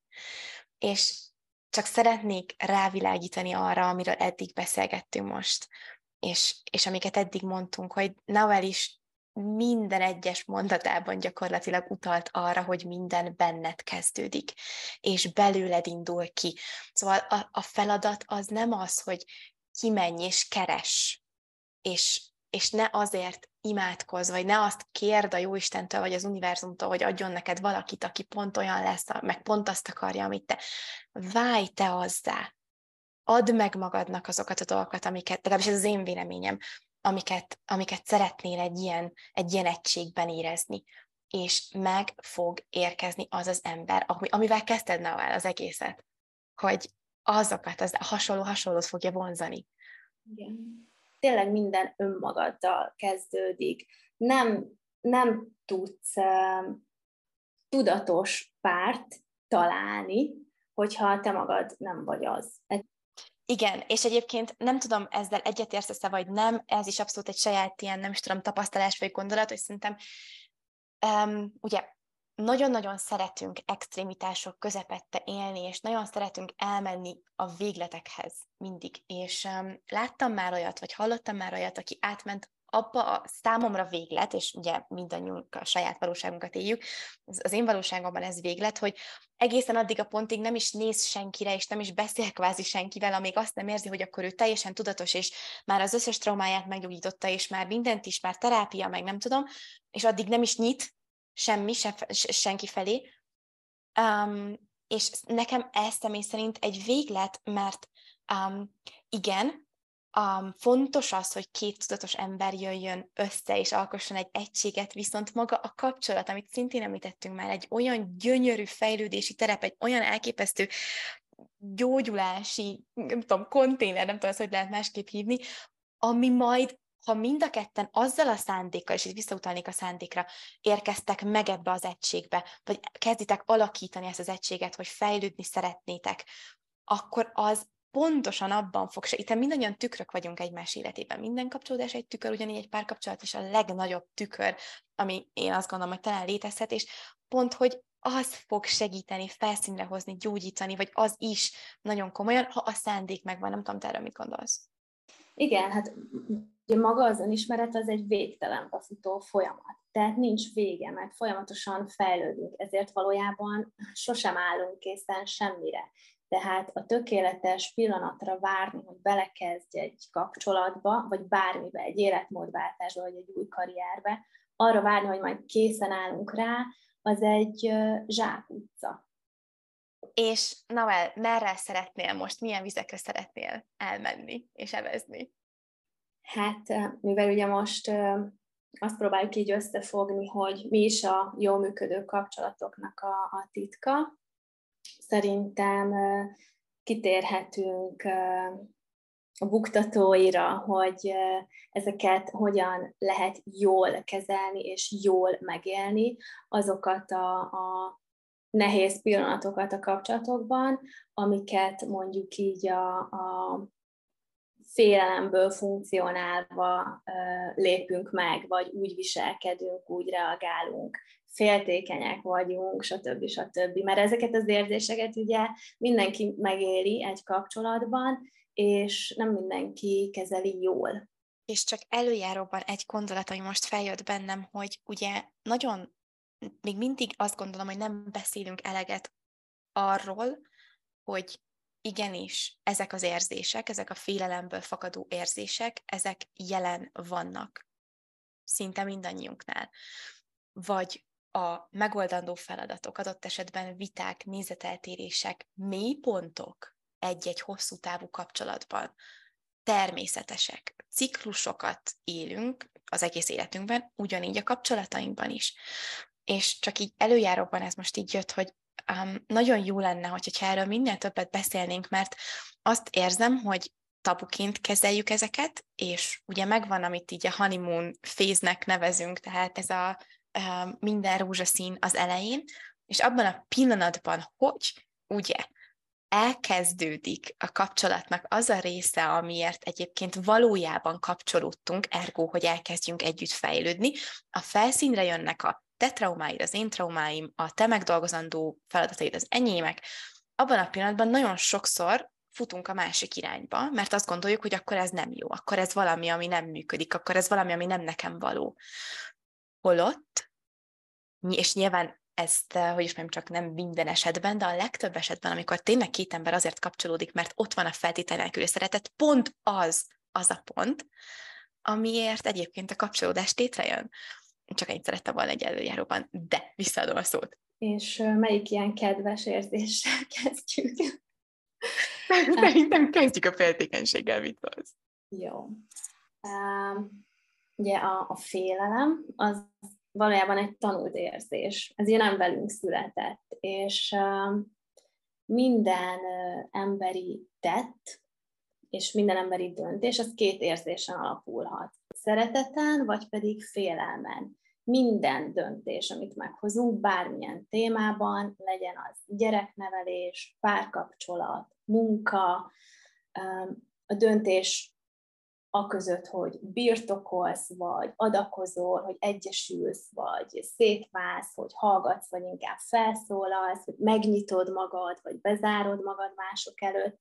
És csak szeretnék rávilágítani arra, amiről eddig beszélgettünk most, és, és amiket eddig mondtunk, hogy Noel is minden egyes mondatában gyakorlatilag utalt arra, hogy minden benned kezdődik, és belőled indul ki. Szóval a, a feladat az nem az, hogy kimenj és keres, és, és ne azért imádkozz, vagy ne azt kérd a Jóistentől, vagy az univerzumtól, hogy adjon neked valakit, aki pont olyan lesz, meg pont azt akarja, amit te. Válj te azzá. Add meg magadnak azokat a dolgokat, amiket, legalábbis ez az én véleményem, amiket, amiket szeretnél egy ilyen, egy ilyen egységben érezni. És meg fog érkezni az az ember, amivel kezdted Noel az egészet, hogy azokat, az hasonló-hasonlót fogja vonzani. Igen. Tényleg minden önmagaddal kezdődik. Nem, nem tudsz uh, tudatos párt találni, hogyha te magad nem vagy az. Igen, és egyébként nem tudom, ezzel egyetértesz-e vagy nem, ez is abszolút egy saját ilyen, nem is tudom, tapasztalás vagy gondolat, hogy szerintem um, ugye nagyon-nagyon szeretünk extrémitások közepette élni, és nagyon szeretünk elmenni a végletekhez mindig. És um, láttam már olyat, vagy hallottam már olyat, aki átment abba a számomra véglet, és ugye mindannyiunk a saját valóságunkat éljük, az én valóságomban ez véglet, hogy egészen addig a pontig nem is néz senkire, és nem is beszél kvázi senkivel, amíg azt nem érzi, hogy akkor ő teljesen tudatos, és már az összes traumáját meggyógyította, és már mindent is, már terápia, meg nem tudom, és addig nem is nyit semmi, se, senki felé. Um, és nekem ez személy szerint egy véglet, mert um, igen, Um, fontos az, hogy két tudatos ember jöjjön össze, és alkosson egy egységet, viszont maga a kapcsolat, amit szintén említettünk már, egy olyan gyönyörű fejlődési terep, egy olyan elképesztő gyógyulási, nem tudom, konténer, nem tudom, azt, hogy lehet másképp hívni, ami majd, ha mind a ketten azzal a szándékkal, és itt visszautalnék a szándékra, érkeztek meg ebbe az egységbe, vagy kezditek alakítani ezt az egységet, hogy fejlődni szeretnétek, akkor az pontosan abban fog se, itt mindannyian tükrök vagyunk egymás életében. Minden kapcsolódás egy tükör, ugyanígy egy párkapcsolat is a legnagyobb tükör, ami én azt gondolom, hogy talán létezhet, és pont, hogy az fog segíteni, felszínre hozni, gyógyítani, vagy az is nagyon komolyan, ha a szándék megvan. Nem tudom, te erről mit gondolsz? Igen, hát ugye maga az önismeret az egy végtelenbe futó folyamat. Tehát nincs vége, mert folyamatosan fejlődünk, ezért valójában sosem állunk készen semmire. Tehát a tökéletes pillanatra várni, hogy belekezdj egy kapcsolatba, vagy bármibe, egy életmódváltásba, vagy egy új karrierbe, arra várni, hogy majd készen állunk rá, az egy zsákutca. és Noel, merre szeretnél most, milyen vizekre szeretnél elmenni és evezni? Hát, mivel ugye most azt próbáljuk így összefogni, hogy mi is a jól működő kapcsolatoknak a, a titka, szerintem kitérhetünk a buktatóira, hogy ezeket hogyan lehet jól kezelni és jól megélni, azokat a, a nehéz pillanatokat a kapcsolatokban, amiket mondjuk így a, a félelemből funkcionálva lépünk meg, vagy úgy viselkedünk, úgy reagálunk, féltékenyek vagyunk, stb. stb. Mert ezeket az érzéseket ugye mindenki megéli egy kapcsolatban, és nem mindenki kezeli jól. És csak előjáróban egy gondolat, ami most feljött bennem, hogy ugye nagyon, még mindig azt gondolom, hogy nem beszélünk eleget arról, hogy igenis, ezek az érzések, ezek a félelemből fakadó érzések, ezek jelen vannak. Szinte mindannyiunknál. Vagy a megoldandó feladatok, adott esetben viták, nézeteltérések, mélypontok egy-egy hosszú távú kapcsolatban természetesek. Ciklusokat élünk az egész életünkben, ugyanígy a kapcsolatainkban is. És csak így előjáróban ez most így jött, hogy um, nagyon jó lenne, hogyha erről minél többet beszélnénk, mert azt érzem, hogy tabuként kezeljük ezeket, és ugye megvan, amit így a honeymoon phase-nek nevezünk, tehát ez a um, minden rózsaszín az elején, és abban a pillanatban, hogy ugye elkezdődik a kapcsolatnak az a része, amiért egyébként valójában kapcsolódtunk, ergo, hogy elkezdjünk együtt fejlődni, a felszínre jönnek a te traumáid, az én traumáim, a te megdolgozandó feladataid, az enyémek, abban a pillanatban nagyon sokszor futunk a másik irányba, mert azt gondoljuk, hogy akkor ez nem jó, akkor ez valami, ami nem működik, akkor ez valami, ami nem nekem való. Holott, és nyilván ezt, hogy is mondjam, csak nem minden esetben, de a legtöbb esetben, amikor tényleg két ember azért kapcsolódik, mert ott van a feltétel nélküli szeretet, pont az az a pont, amiért egyébként a kapcsolódás létrejön. Csak ennyit szerettem volna egy előjáróban, de visszaadom a szót. És melyik ilyen kedves érzéssel kezdjük? Szerintem kezdjük a féltékenységgel, mit az. Jó. Um, ugye a, a félelem, az valójában egy tanult érzés. Ez ugye nem velünk született, és um, minden uh, emberi tett, és minden emberi döntés, az két érzésen alapulhat. Szereteten, vagy pedig félelmen. Minden döntés, amit meghozunk, bármilyen témában, legyen az gyereknevelés, párkapcsolat, munka, a döntés aközött, hogy birtokolsz, vagy adakozol, hogy egyesülsz, vagy szétválsz, hogy hallgatsz, vagy inkább felszólalsz, hogy megnyitod magad, vagy bezárod magad mások előtt.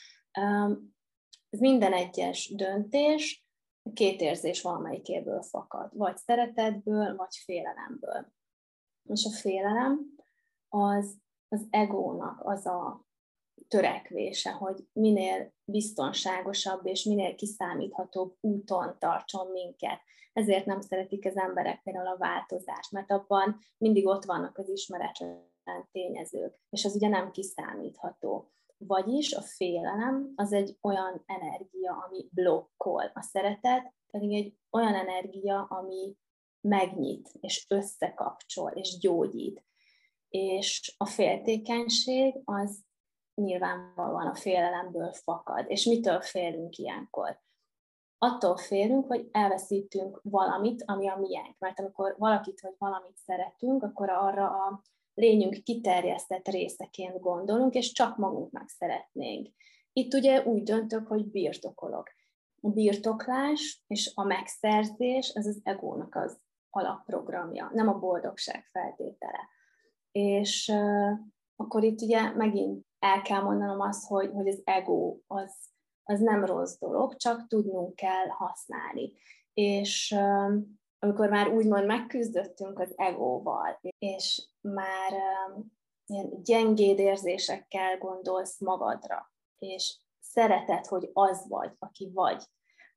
Ez minden egyes döntés két érzés valamelyikéből fakad, vagy szeretetből, vagy félelemből. És a félelem az az egónak az a törekvése, hogy minél biztonságosabb és minél kiszámíthatóbb úton tartson minket. Ezért nem szeretik az emberek például a változást, mert abban mindig ott vannak az ismeretlen tényezők, és az ugye nem kiszámítható. Vagyis a félelem az egy olyan energia, ami blokkol. A szeretet pedig egy olyan energia, ami megnyit, és összekapcsol, és gyógyít. És a féltékenység az nyilvánvalóan a félelemből fakad. És mitől félünk ilyenkor? Attól félünk, hogy elveszítünk valamit, ami a miénk. Mert amikor valakit vagy valamit szeretünk, akkor arra a lényünk kiterjesztett részeként gondolunk, és csak magunknak szeretnénk. Itt ugye úgy döntök, hogy birtokolok. A birtoklás és a megszerzés az az egónak az alapprogramja, nem a boldogság feltétele. És uh, akkor itt ugye megint el kell mondanom azt, hogy, hogy az ego az, az nem rossz dolog, csak tudnunk kell használni. És uh, amikor már úgymond megküzdöttünk az egóval, és már um, ilyen gyengéd érzésekkel gondolsz magadra, és szereted, hogy az vagy, aki vagy,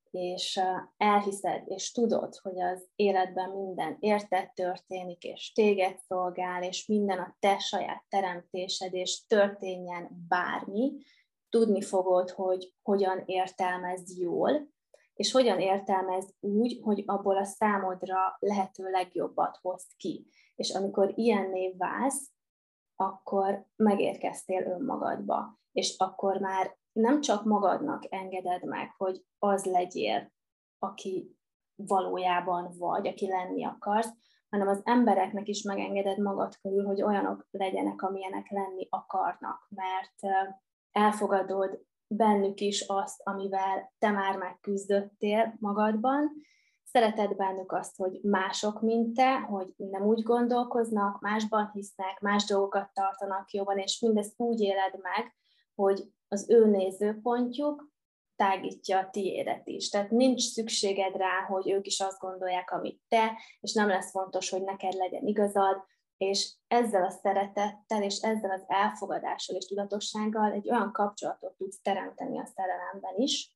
és elhiszed, és tudod, hogy az életben minden érted történik, és téged szolgál, és minden a te saját teremtésed, és történjen bármi, tudni fogod, hogy hogyan értelmezd jól, és hogyan értelmezd úgy, hogy abból a számodra lehető legjobbat hozd ki. És amikor ilyenné válsz, akkor megérkeztél önmagadba, és akkor már nem csak magadnak engeded meg, hogy az legyél, aki valójában vagy, aki lenni akarsz, hanem az embereknek is megengeded magad körül, hogy olyanok legyenek, amilyenek lenni akarnak, mert elfogadod bennük is azt, amivel te már megküzdöttél magadban, szereted bennük azt, hogy mások, mint te, hogy nem úgy gondolkoznak, másban hisznek, más dolgokat tartanak jobban, és mindezt úgy éled meg, hogy az ő nézőpontjuk tágítja a tiédet is. Tehát nincs szükséged rá, hogy ők is azt gondolják, amit te, és nem lesz fontos, hogy neked legyen igazad, és ezzel a szeretettel, és ezzel az elfogadással és tudatossággal egy olyan kapcsolatot tudsz teremteni a szerelemben is,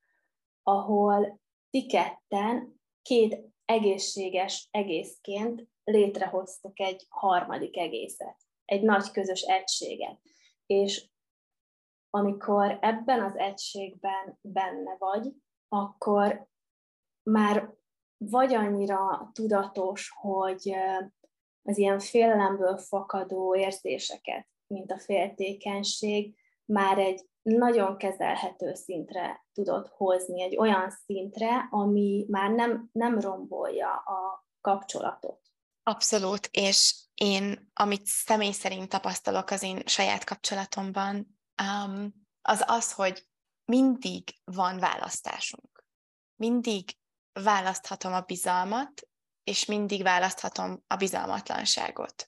ahol ti ketten két egészséges egészként létrehoztok egy harmadik egészet, egy nagy közös egységet. És amikor ebben az egységben benne vagy, akkor már vagy annyira tudatos, hogy az ilyen félelemből fakadó érzéseket, mint a féltékenység, már egy nagyon kezelhető szintre tudod hozni, egy olyan szintre, ami már nem, nem rombolja a kapcsolatot. Abszolút, és én, amit személy szerint tapasztalok az én saját kapcsolatomban, um, az az, hogy mindig van választásunk. Mindig választhatom a bizalmat, és mindig választhatom a bizalmatlanságot.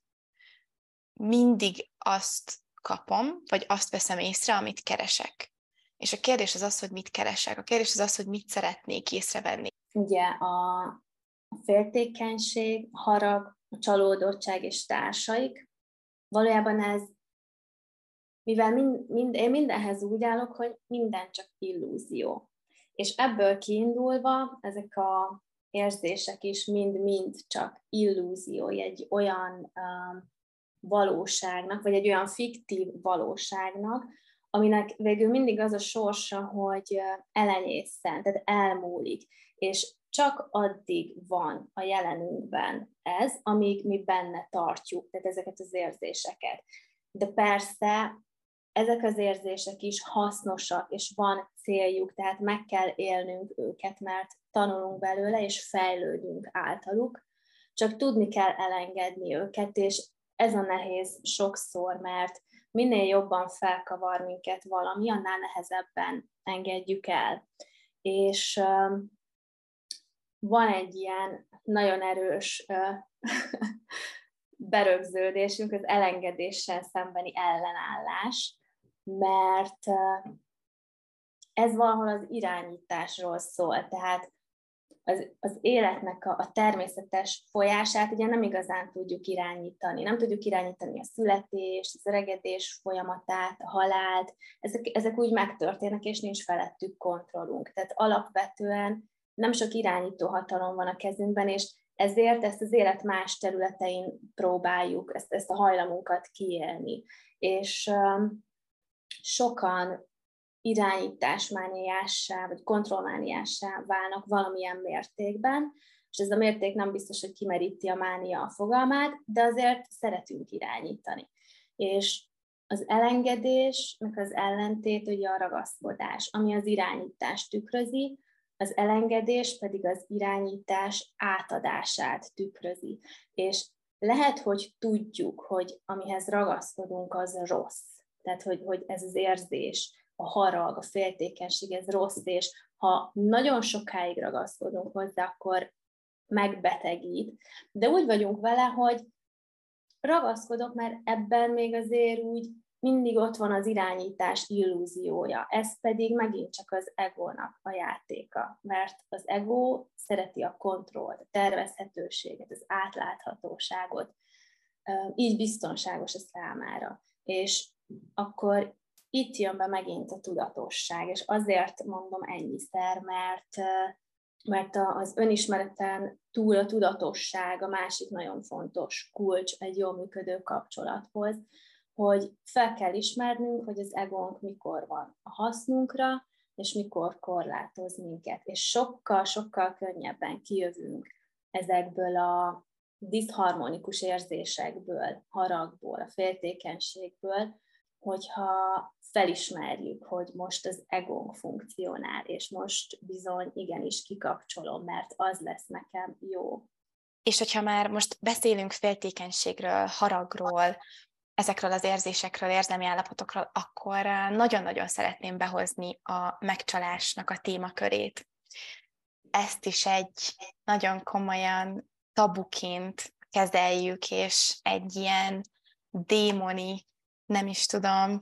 Mindig azt kapom, vagy azt veszem észre, amit keresek. És a kérdés az az, hogy mit keresek. A kérdés az az, hogy mit szeretnék észrevenni. Ugye a féltékenység, harag, a csalódottság és társaik, valójában ez, mivel mind, mind, én mindenhez úgy állok, hogy minden csak illúzió. És ebből kiindulva ezek a érzések is mind-mind csak illúzió, egy olyan um, valóságnak, vagy egy olyan fiktív valóságnak, aminek végül mindig az a sorsa, hogy elenyészen, tehát elmúlik, és csak addig van a jelenünkben ez, amíg mi benne tartjuk, tehát ezeket az érzéseket. De persze ezek az érzések is hasznosak, és van céljuk, tehát meg kell élnünk őket, mert tanulunk belőle, és fejlődünk általuk, csak tudni kell elengedni őket, és ez a nehéz sokszor, mert minél jobban felkavar minket valami, annál nehezebben engedjük el. És uh, van egy ilyen nagyon erős uh, berögződésünk, az elengedéssel szembeni ellenállás, mert uh, ez valahol az irányításról szól, tehát Az, az életnek a, a természetes folyását ugye nem igazán tudjuk irányítani. Nem tudjuk irányítani a születést, az öregedés folyamatát, a halált. Ezek, ezek úgy megtörténnek, és nincs felettük kontrollunk. Tehát alapvetően nem sok irányító hatalom van a kezünkben, és ezért ezt az élet más területein próbáljuk, ezt, ezt a hajlamunkat kiélni. És um, sokan irányításmániássá, vagy kontrollmániássá válnak valamilyen mértékben, és ez a mérték nem biztos, hogy kimeríti a mánia a fogalmát, de azért szeretünk irányítani. És az elengedésnek az ellentét ugye a ragaszkodás, ami az irányítást tükrözi, az elengedés pedig az irányítás átadását tükrözi. És lehet, hogy tudjuk, hogy amihez ragaszkodunk, az rossz. Tehát, hogy, hogy ez az érzés, a harag, a féltékenység, ez rossz, és ha nagyon sokáig ragaszkodunk hozzá, akkor megbetegít. De úgy vagyunk vele, hogy ragaszkodok, mert ebben még azért úgy mindig ott van az irányítás illúziója. Ez pedig megint csak az egónak a játéka, mert az ego szereti a kontrollt, a tervezhetőséget, az átláthatóságot, így biztonságos a számára. És akkor itt jön be megint a tudatosság, és azért mondom ennyiszer, mert mert az önismereten túl a tudatosság a másik nagyon fontos kulcs egy jól működő kapcsolathoz, hogy fel kell ismernünk, hogy az egónk mikor van a hasznunkra, és mikor korlátoz minket. És sokkal-sokkal könnyebben kijövünk ezekből a diszharmonikus érzésekből, haragból, a féltékenységből, hogyha felismerjük, hogy most az egónk funkcionál, és most bizony igenis kikapcsolom, mert az lesz nekem jó. És hogyha már most beszélünk féltékenységről, haragról, ezekről az érzésekről, érzelmi állapotokról, akkor nagyon-nagyon szeretném behozni a megcsalásnak a témakörét. Ezt is egy nagyon komolyan tabuként kezeljük, és egy ilyen démoni, nem is tudom,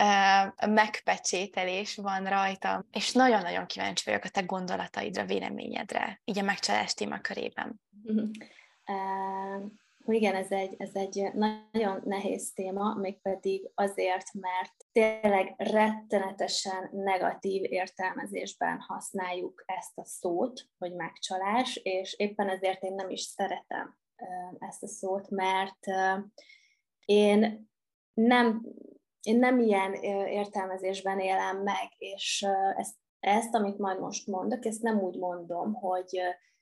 megpecsételés van rajta, és nagyon-nagyon kíváncsi vagyok a te gondolataidra, véleményedre, így a megcsalás témakörében. Uh, igen, ez egy, ez egy nagyon nehéz téma, mégpedig azért, mert tényleg rettenetesen negatív értelmezésben használjuk ezt a szót, hogy megcsalás, és éppen ezért én nem is szeretem uh, ezt a szót, mert uh, én nem... Én nem ilyen értelmezésben élem meg, és ezt, ezt, amit majd most mondok, ezt nem úgy mondom, hogy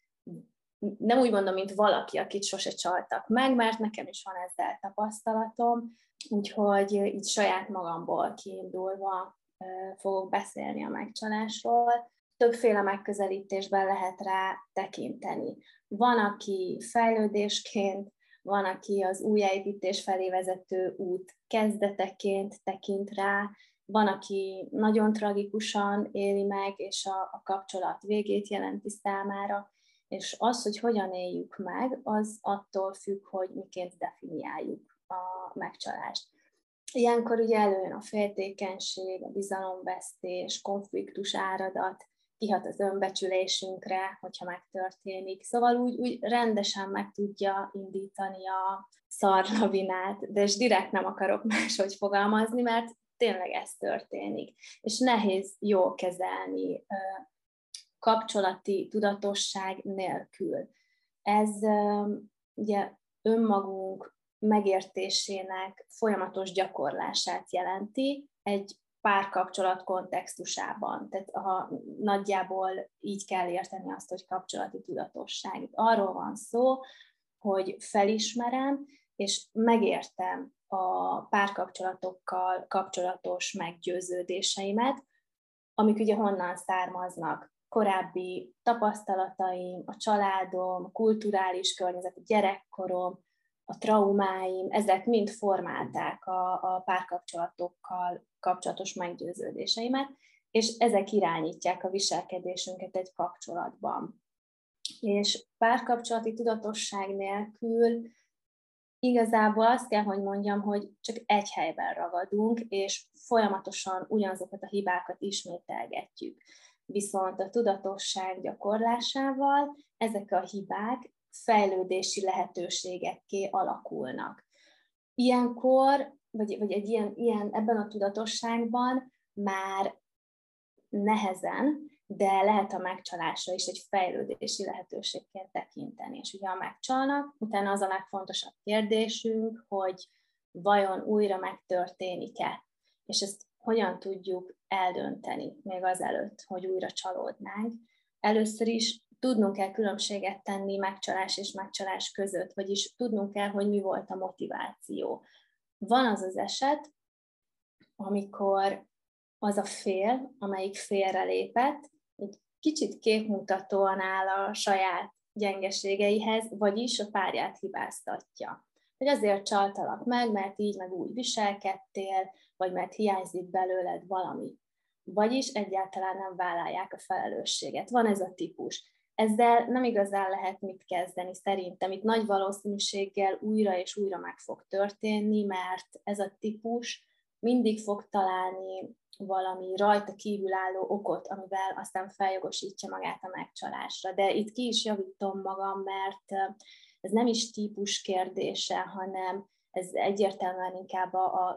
nem úgy mondom, mint valaki, akit sose csaltak meg, mert nekem is van ezzel tapasztalatom, úgyhogy így saját magamból kiindulva fogok beszélni a megcsalásról. Többféle megközelítésben lehet rá tekinteni. Van, aki fejlődésként, van, aki az újjáépítés felé vezető út kezdeteként tekint rá, van, aki nagyon tragikusan éli meg, és a, a kapcsolat végét jelenti számára, és az, hogy hogyan éljük meg, az attól függ, hogy miként definiáljuk a megcsalást. Ilyenkor ugye előjön a féltékenység, a bizalomvesztés, konfliktus áradat, kihat az önbecsülésünkre, hogyha megtörténik. Szóval úgy, úgy rendesen meg tudja indítani a szarlavinát, de és direkt nem akarok máshogy fogalmazni, mert tényleg ez történik. És nehéz jól kezelni kapcsolati tudatosság nélkül. Ez ugye önmagunk megértésének folyamatos gyakorlását jelenti egy párkapcsolat kontextusában. Tehát ha nagyjából így kell érteni azt, hogy kapcsolati tudatosság. Itt arról van szó, hogy felismerem, és megértem a párkapcsolatokkal kapcsolatos meggyőződéseimet, amik ugye honnan származnak. Korábbi tapasztalataim, a családom, a kulturális környezet, a gyerekkorom, a traumáim, ezek mind formálták a, a párkapcsolatokkal kapcsolatos meggyőződéseimet, és ezek irányítják a viselkedésünket egy kapcsolatban. És párkapcsolati tudatosság nélkül igazából azt kell, hogy mondjam, hogy csak egy helyben ragadunk, és folyamatosan ugyanazokat a hibákat ismételgetjük. Viszont a tudatosság gyakorlásával ezek a hibák fejlődési lehetőségekké alakulnak. Ilyenkor, vagy, vagy egy ilyen, ilyen, ebben a tudatosságban már nehezen, de lehet a megcsalásra is egy fejlődési lehetőségként tekinteni. És ugye ha megcsalnak, utána az a legfontosabb kérdésünk, hogy vajon újra megtörténik-e, és ezt hogyan tudjuk eldönteni még azelőtt, hogy újra csalódnánk. Először is tudnunk kell különbséget tenni megcsalás és megcsalás között, vagyis tudnunk kell, hogy mi volt a motiváció. Van az az eset, amikor az a fél, amelyik félrelépett, egy kicsit képmutatóan áll a saját gyengeségeihez, vagyis a párját hibáztatja. Hogy azért csaltalak meg, mert így meg úgy viselkedtél, vagy mert hiányzik belőled valami. Vagyis egyáltalán nem vállalják a felelősséget. Van ez a típus. Ezzel nem igazán lehet mit kezdeni szerintem. Itt nagy valószínűséggel újra és újra meg fog történni, mert ez a típus mindig fog találni valami rajta kívülálló okot, amivel aztán feljogosítja magát a megcsalásra. De itt ki is javítom magam, mert ez nem is típus kérdése, hanem ez egyértelműen inkább a, a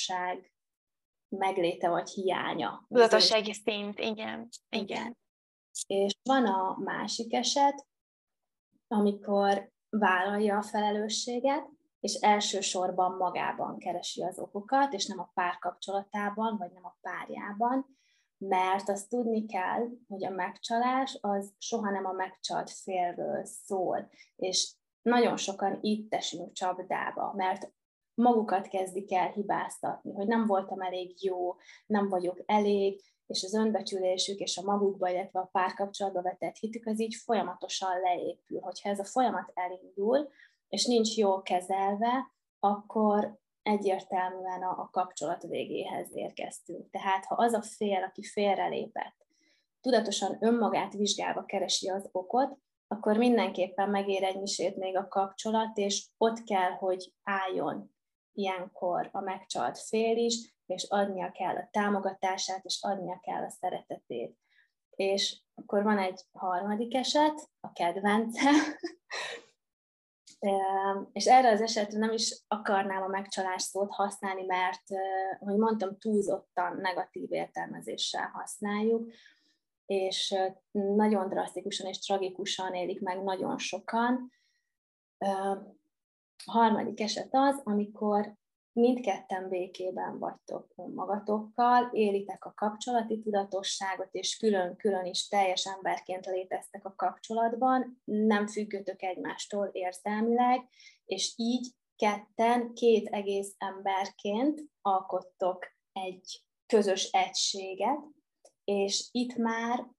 tudatosság megléte vagy hiánya. Tudatossági szint, igen. igen. És van a másik eset, amikor vállalja a felelősséget, és elsősorban magában keresi az okokat, és nem a párkapcsolatában, vagy nem a párjában, mert azt tudni kell, hogy a megcsalás az soha nem a megcsalt félről szól, és nagyon sokan itt esünk csapdába, mert magukat kezdik el hibáztatni, hogy nem voltam elég jó, nem vagyok elég, és az önbecsülésük és a magukba, illetve a párkapcsolatba vetett hitük, az így folyamatosan leépül. Hogyha ez a folyamat elindul, és nincs jól kezelve, akkor egyértelműen a, a kapcsolat végéhez érkeztünk. Tehát ha az a fél, aki félrelépett, tudatosan önmagát vizsgálva keresi az okot, akkor mindenképpen megér egy misét még a kapcsolat, és ott kell, hogy álljon ilyenkor a megcsalt fél is, és adnia kell a támogatását, és adnia kell a szeretetét. És akkor van egy harmadik eset, a kedvence, és erre az esetre nem is akarnám a megcsalás szót használni, mert, hogy mondtam, túlzottan negatív értelmezéssel használjuk, és nagyon drasztikusan és tragikusan élik meg nagyon sokan. A harmadik eset az, amikor mindketten békében vagytok önmagatokkal, élitek a kapcsolati tudatosságot, és külön-külön is teljes emberként léteztek a kapcsolatban, nem függötök egymástól érzelmileg, és így ketten, két egész emberként alkottok egy közös egységet, és itt már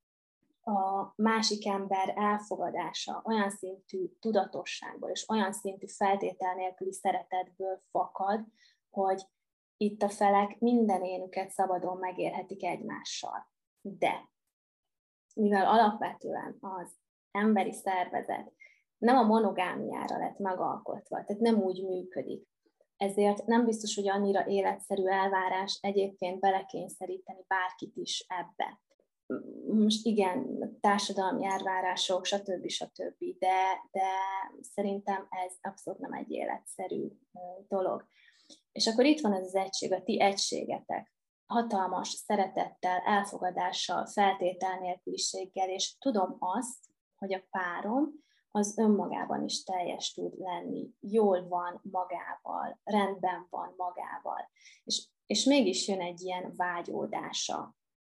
a másik ember elfogadása olyan szintű tudatosságból és olyan szintű feltétel nélküli szeretetből fakad, hogy itt a felek minden énüket szabadon megérhetik egymással. De mivel alapvetően az emberi szervezet nem a monogámiára lett megalkotva, tehát nem úgy működik, ezért nem biztos, hogy annyira életszerű elvárás egyébként belekényszeríteni bárkit is ebbe. Most igen, társadalmi elvárások, stb. stb., de, de szerintem ez abszolút nem egy életszerű dolog. És akkor itt van ez az egység, a ti egységetek. Hatalmas szeretettel, elfogadással, feltétel nélküliséggel, és tudom azt, hogy a párom az önmagában is teljes tud lenni, jól van magával, rendben van magával, és, és mégis jön egy ilyen vágyódása.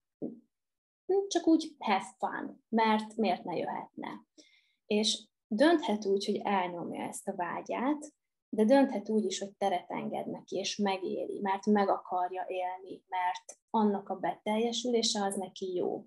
Csak úgy have fun, mert miért ne jöhetne. És dönthet úgy, hogy elnyomja ezt a vágyát, de dönthet úgy is, hogy teret enged neki, és megéli, mert meg akarja élni, mert annak a beteljesülése az neki jó.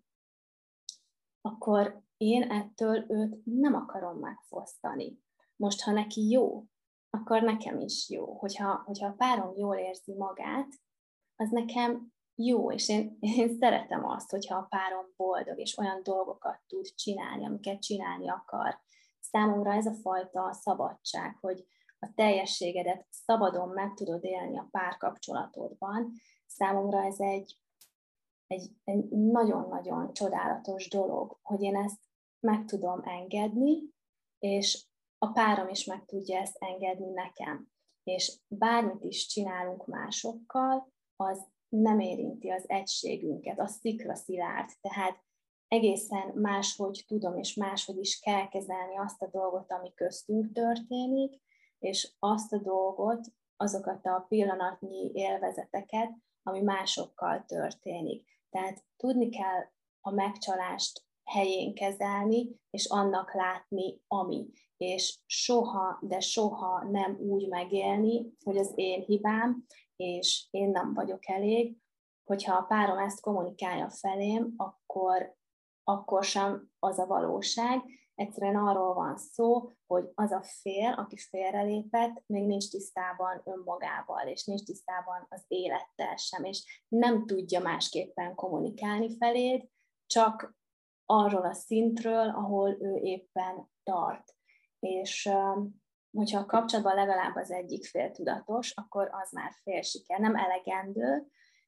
Akkor én ettől őt nem akarom megfosztani. Most, ha neki jó, akkor nekem is jó. Hogyha, hogyha a párom jól érzi magát, az nekem jó, és én, én szeretem azt, hogyha a párom boldog, és olyan dolgokat tud csinálni, amiket csinálni akar. Számomra ez a fajta szabadság, hogy a teljességedet szabadon meg tudod élni a párkapcsolatodban, számomra ez egy, egy, egy nagyon-nagyon csodálatos dolog, hogy én ezt meg tudom engedni, és a párom is meg tudja ezt engedni nekem. És bármit is csinálunk másokkal, az nem érinti az egységünket, a szikra szilárd, tehát egészen máshogy tudom, és máshogy is kell kezelni azt a dolgot, ami köztünk történik, és azt a dolgot, azokat a pillanatnyi élvezeteket, ami másokkal történik. Tehát tudni kell a megcsalást helyén kezelni, és annak látni, ami. És soha, de soha nem úgy megélni, hogy az én hibám, és én nem vagyok elég. Hogyha a párom ezt kommunikálja felém, akkor, akkor sem az a valóság. Egyszerűen arról van szó, hogy az a fél, aki félrelépett, még nincs tisztában önmagával, és nincs tisztában az élettel sem, és nem tudja másképpen kommunikálni feléd, csak arról a szintről, ahol ő éppen tart. És hogyha a kapcsolatban legalább az egyik fél tudatos, akkor az már fél siker. Nem elegendő,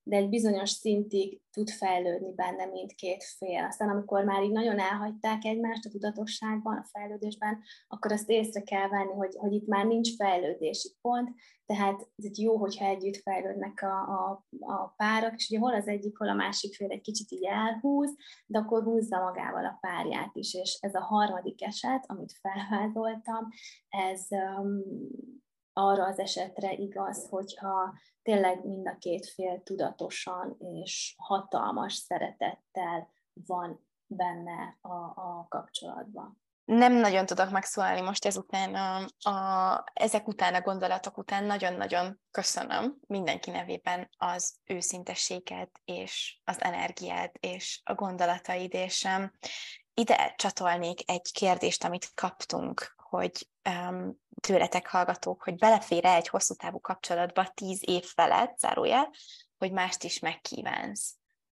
de egy bizonyos szintig tud fejlődni benne mindkét fél. Aztán amikor már így nagyon elhagyták egymást a tudatosságban, a fejlődésben, akkor azt észre kell venni, hogy, hogy itt már nincs fejlődési pont, tehát itt jó, hogyha együtt fejlődnek a, a, a párak, és ugye hol az egyik, hol a másik fél egy kicsit így elhúz, de akkor húzza magával a párját is, és ez a harmadik eset, amit felvázoltam, ez um, arra az esetre igaz, hogyha tényleg mind a két fél tudatosan és hatalmas szeretettel van benne a, a kapcsolatban. Nem nagyon tudok megszólalni most ezután, a, a, ezek után, a gondolatok után. Nagyon-nagyon köszönöm mindenki nevében az őszintességet, és az energiát, és a gondolataid, és um, ide csatolnék egy kérdést, amit kaptunk, hogy um, tőletek hallgatók, hogy belefér-e egy hosszú távú kapcsolatba tíz év felett, zárójel, hogy mást is megkívánsz.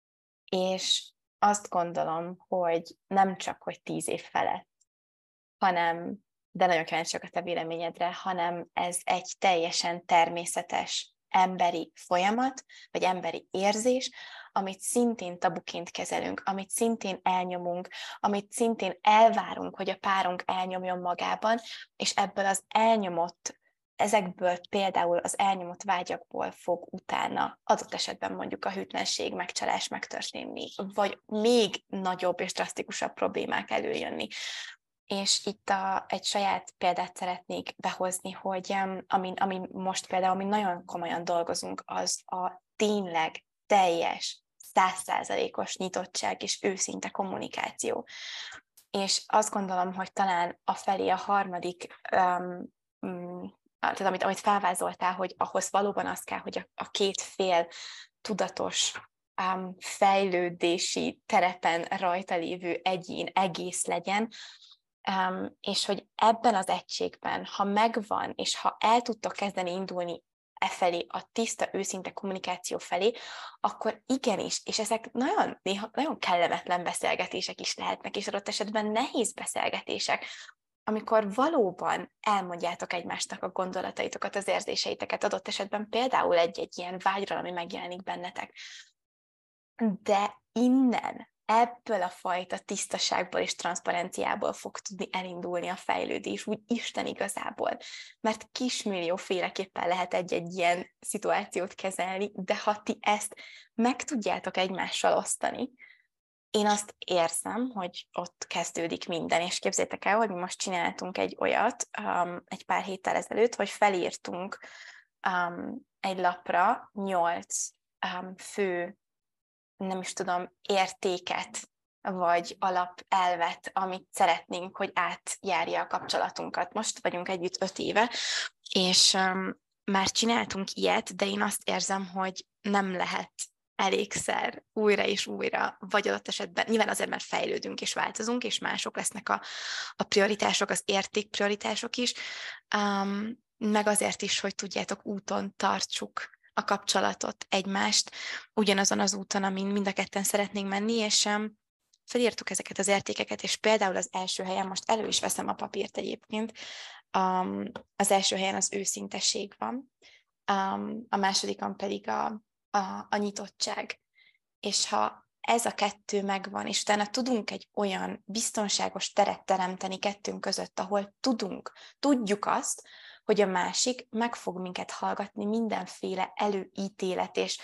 És azt gondolom, hogy nem csak, hogy tíz év felett, hanem, de nagyon kíváncsiak a te véleményedre, hanem ez egy teljesen természetes emberi folyamat, vagy emberi érzés, amit szintén tabuként kezelünk, amit szintén elnyomunk, amit szintén elvárunk, hogy a párunk elnyomjon magában, és ebből az elnyomott, ezekből például az elnyomott vágyakból fog utána adott esetben mondjuk a hűtlenség, megcsalás megtörténni, vagy még nagyobb és drasztikusabb problémák előjönni. És itt a, egy saját példát szeretnék behozni, hogy um, amin, amin most például, amin nagyon komolyan dolgozunk, az a tényleg teljes, száz százalékos nyitottság és őszinte kommunikáció. És azt gondolom, hogy talán afelé a harmadik, um, um, tehát amit, amit felvázoltál, hogy ahhoz valóban az kell, hogy a, a két fél tudatos, um, fejlődési terepen rajta lévő egyén egész legyen, Um, és hogy ebben az egységben, ha megvan, és ha el tudtok kezdeni indulni e felé, a tiszta, őszinte kommunikáció felé, akkor igenis, és ezek nagyon, néha nagyon kellemetlen beszélgetések is lehetnek, és adott esetben nehéz beszélgetések, amikor valóban elmondjátok egymásnak a gondolataitokat, az érzéseiteket, adott esetben például egy-egy ilyen vágyról, ami megjelenik bennetek. De innen, ebből a fajta tisztaságból és transzparenciából fog tudni elindulni a fejlődés, úgy Isten igazából. Mert kismillió féleképpen lehet egy-egy ilyen szituációt kezelni, de ha ti ezt meg tudjátok egymással osztani, én azt érzem, hogy ott kezdődik minden, és képzeljétek el, hogy mi most csináltunk egy olyat um, egy pár héttel ezelőtt, hogy felírtunk um, egy lapra nyolc um, fő, nem is tudom, értéket, vagy alapelvet, amit szeretnénk, hogy átjárja a kapcsolatunkat. Most vagyunk együtt öt éve, és um, már csináltunk ilyet, de én azt érzem, hogy nem lehet elégszer újra és újra, vagy adott esetben, nyilván azért, mert fejlődünk és változunk, és mások lesznek a, a prioritások, az értékprioritások is, um, meg azért is, hogy tudjátok, úton tartsuk a kapcsolatot, egymást, ugyanazon az úton, amin mind a ketten szeretnénk menni, és um, felírtuk ezeket az értékeket, és például az első helyen, most elő is veszem a papírt egyébként, um, az első helyen az őszintesség van, um, a másodikon pedig a, a, a nyitottság. És ha ez a kettő megvan, és utána tudunk egy olyan biztonságos teret teremteni kettőnk között, ahol tudunk, tudjuk azt, hogy a másik meg fog minket hallgatni mindenféle előítélet és,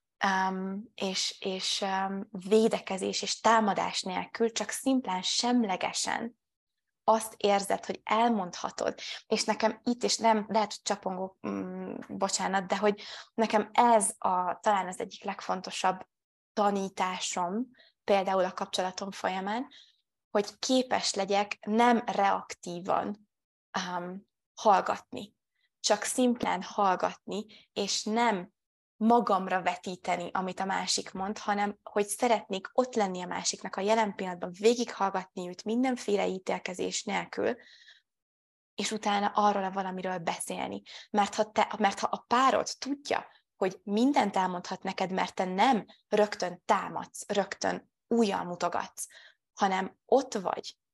um, és, és um, védekezés és támadás nélkül, csak szimplán semlegesen azt érzed, hogy elmondhatod, és nekem itt, és nem, lehet, hogy csapongok, mm, bocsánat, de hogy nekem ez a, talán az egyik legfontosabb tanításom, például a kapcsolatom folyamán, hogy képes legyek nem reaktívan um, hallgatni, csak szimplán hallgatni, és nem magamra vetíteni, amit a másik mond, hanem hogy szeretnék ott lenni a másiknak a jelen pillanatban, végighallgatni őt mindenféle ítélkezés nélkül, és utána arról a valamiről beszélni. Mert ha, te, mert ha a párod tudja, hogy mindent elmondhat neked, mert te nem rögtön támadsz, rögtön újjal mutogatsz, hanem ott vagy,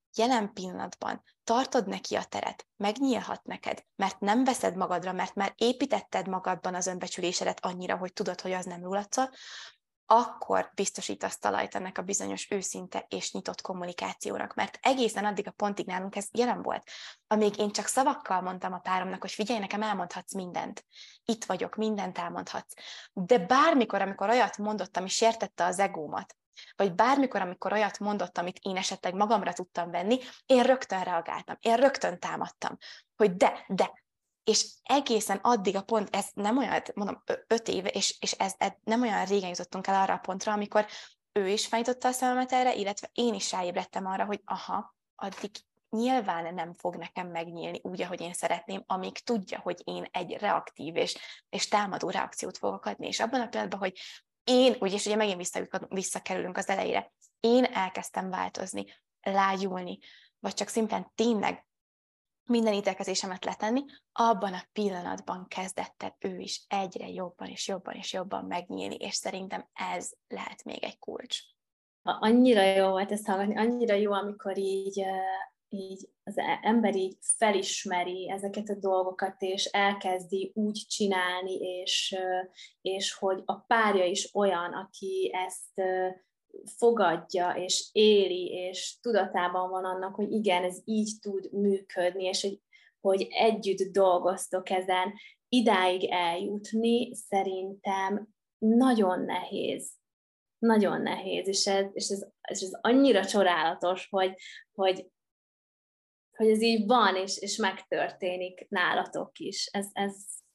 jelen pillanatban tartod neki a teret, megnyílhat neked, mert nem veszed magadra, mert már építetted magadban az önbecsülésedet annyira, hogy tudod, hogy az nem rólad szól, akkor biztosítasz talajt ennek a bizonyos őszinte és nyitott kommunikációnak. Mert egészen addig a pontig nálunk ez jelen volt, amíg én csak szavakkal mondtam a páromnak, hogy figyelj, nekem elmondhatsz mindent. Itt vagyok, mindent elmondhatsz. De bármikor, amikor olyat mondott, ami sértette az egómat, vagy bármikor, amikor olyat mondott, amit én esetleg magamra tudtam venni, én rögtön reagáltam, én rögtön támadtam, hogy de, de, és egészen addig a pont, ez nem olyan, mondom, öt éve, és, és ez, ez nem olyan régen jutottunk el arra a pontra, amikor ő is fejtotta a szememet erre, illetve én is ráébredtem arra, hogy aha, addig nyilván nem fog nekem megnyílni úgy, ahogy én szeretném, amíg tudja, hogy én egy reaktív és, és támadó reakciót fogok adni. És abban a pillanatban, hogy én, úgyis ugye megint visszakerülünk az elejére, én elkezdtem változni, lágyulni, vagy csak szimplán tényleg minden ítélkezésemet letenni, abban a pillanatban kezdett el ő is egyre jobban és jobban és jobban megnyílni, és szerintem ez lehet még egy kulcs. Annyira jó volt ezt hallgatni, annyira jó, amikor így, így az ember így felismeri ezeket a dolgokat, és elkezdi úgy csinálni, és, és hogy a párja is olyan, aki ezt fogadja, és éli, és tudatában van annak, hogy igen, ez így tud működni, és hogy, hogy együtt dolgoztok ezen, idáig eljutni szerintem nagyon nehéz. Nagyon nehéz, és ez, és ez, és ez annyira csodálatos, hogy, hogy, hogy ez így van, és, és megtörténik nálatok is. Ez, ez,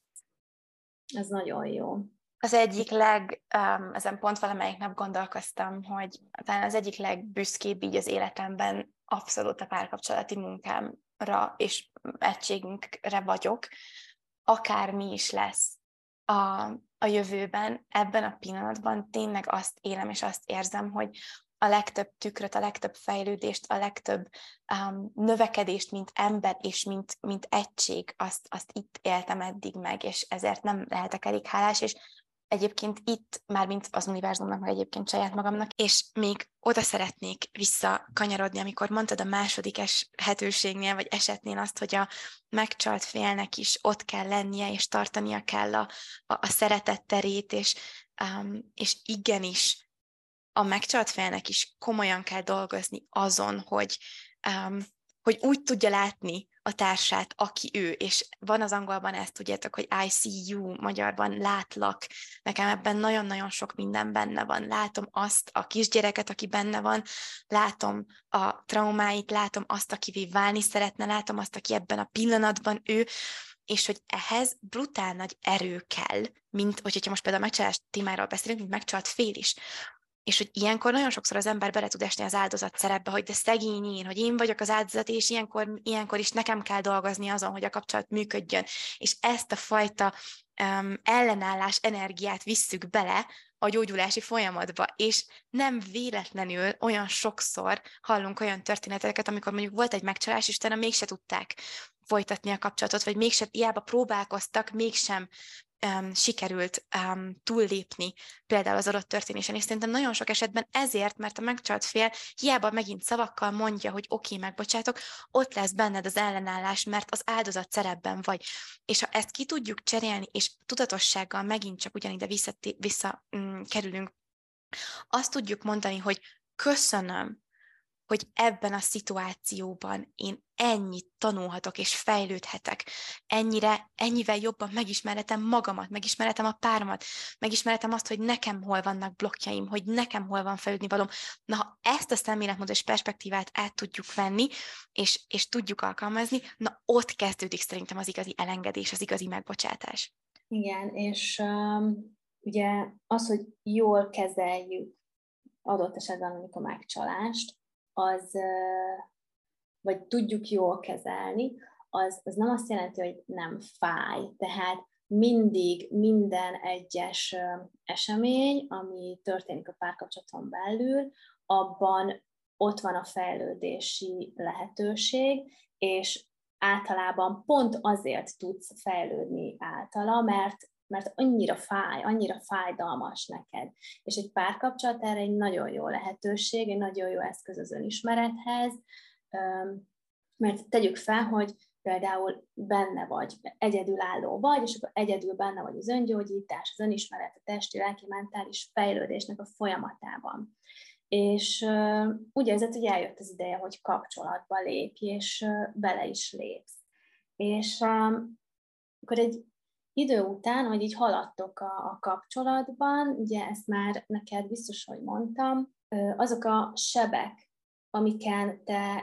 ez nagyon jó. Az egyik leg, um, ezen pont valamelyik nap gondolkoztam, hogy talán az egyik legbüszkébb így az életemben abszolút a párkapcsolati munkámra és egységünkre vagyok, akármi is lesz a, a jövőben, ebben a pillanatban tényleg azt élem és azt érzem, hogy a legtöbb tükröt, a legtöbb fejlődést, a legtöbb um, növekedést, mint ember és mint, mint egység, azt, azt itt éltem eddig meg, és ezért nem lehetek elég hálás, és egyébként itt, mármint az univerzumnak, meg egyébként saját magamnak, és még oda szeretnék visszakanyarodni, amikor mondtad a második eshetőségnél, vagy esetnél azt, hogy a megcsalt félnek is ott kell lennie, és tartania kell a, a, a szeretet terét, és, um, és igenis a megcsalt félnek is komolyan kell dolgozni azon, hogy, um, hogy úgy tudja látni a társát, aki ő, és van az angolban ezt, tudjátok, hogy I see you, magyarban látlak. Nekem ebben nagyon-nagyon sok minden benne van. Látom azt a kisgyereket, aki benne van, látom a traumáit, látom azt, akivé válni szeretne, látom azt, aki ebben a pillanatban ő, és hogy ehhez brutál nagy erő kell, mint hogyha most például a megcsalás témáról beszélünk, mint megcsalt fél is. És hogy ilyenkor nagyon sokszor az ember bele tud esni az áldozat szerepbe, hogy de szegény én, hogy én vagyok az áldozat, és ilyenkor, ilyenkor is nekem kell dolgozni azon, hogy a kapcsolat működjön. És ezt a fajta um, ellenállás energiát visszük bele a gyógyulási folyamatba, és nem véletlenül olyan sokszor hallunk olyan történeteket, amikor mondjuk volt egy megcsalás, és utána mégse tudták folytatni a kapcsolatot, vagy mégsem, hiába próbálkoztak, mégsem Um, sikerült um, túllépni például az adott történésen, és szerintem nagyon sok esetben ezért, mert a megcsalt fél hiába megint szavakkal mondja, hogy oké, okay, megbocsátok, ott lesz benned az ellenállás, mert az áldozat szerepben vagy. És ha ezt ki tudjuk cserélni, és tudatossággal megint csak ugyanide visszakerülünk, vissza, um, kerülünk, azt tudjuk mondani, hogy köszönöm, hogy ebben a szituációban én ennyit tanulhatok és fejlődhetek, ennyire, ennyivel jobban megismerhetem magamat, megismerhetem a páromat, megismerhetem azt, hogy nekem hol vannak blokkjaim, hogy nekem hol van fejlődni valóm. Na, ha ezt a szemléletmódot és perspektívát át tudjuk venni, és, és tudjuk alkalmazni, na ott kezdődik szerintem az igazi elengedés, az igazi megbocsátás. Igen, és um, ugye az, hogy jól kezeljük adott esetben mondjuk a megcsalást, az, vagy tudjuk jól kezelni, az, az nem azt jelenti, hogy nem fáj. Tehát mindig minden egyes esemény, ami történik a párkapcsolaton belül, abban ott van a fejlődési lehetőség, és általában pont azért tudsz fejlődni általa, mert mert annyira fáj, annyira fájdalmas neked. És egy párkapcsolat erre egy nagyon jó lehetőség, egy nagyon jó eszköz az önismerethez, Mert tegyük fel, hogy például benne vagy, egyedülálló vagy, és akkor egyedül benne vagy az öngyógyítás, az önismeret, a testi, lelki, mentális fejlődésnek a folyamatában. És uh, úgy érzed, hogy eljött az ideje, hogy kapcsolatba lépj, és uh, bele is lépsz. És um, akkor egy idő után, hogy így haladtok a, a kapcsolatban, ugye ezt már neked biztos, hogy mondtam, uh, azok a sebek, amiken te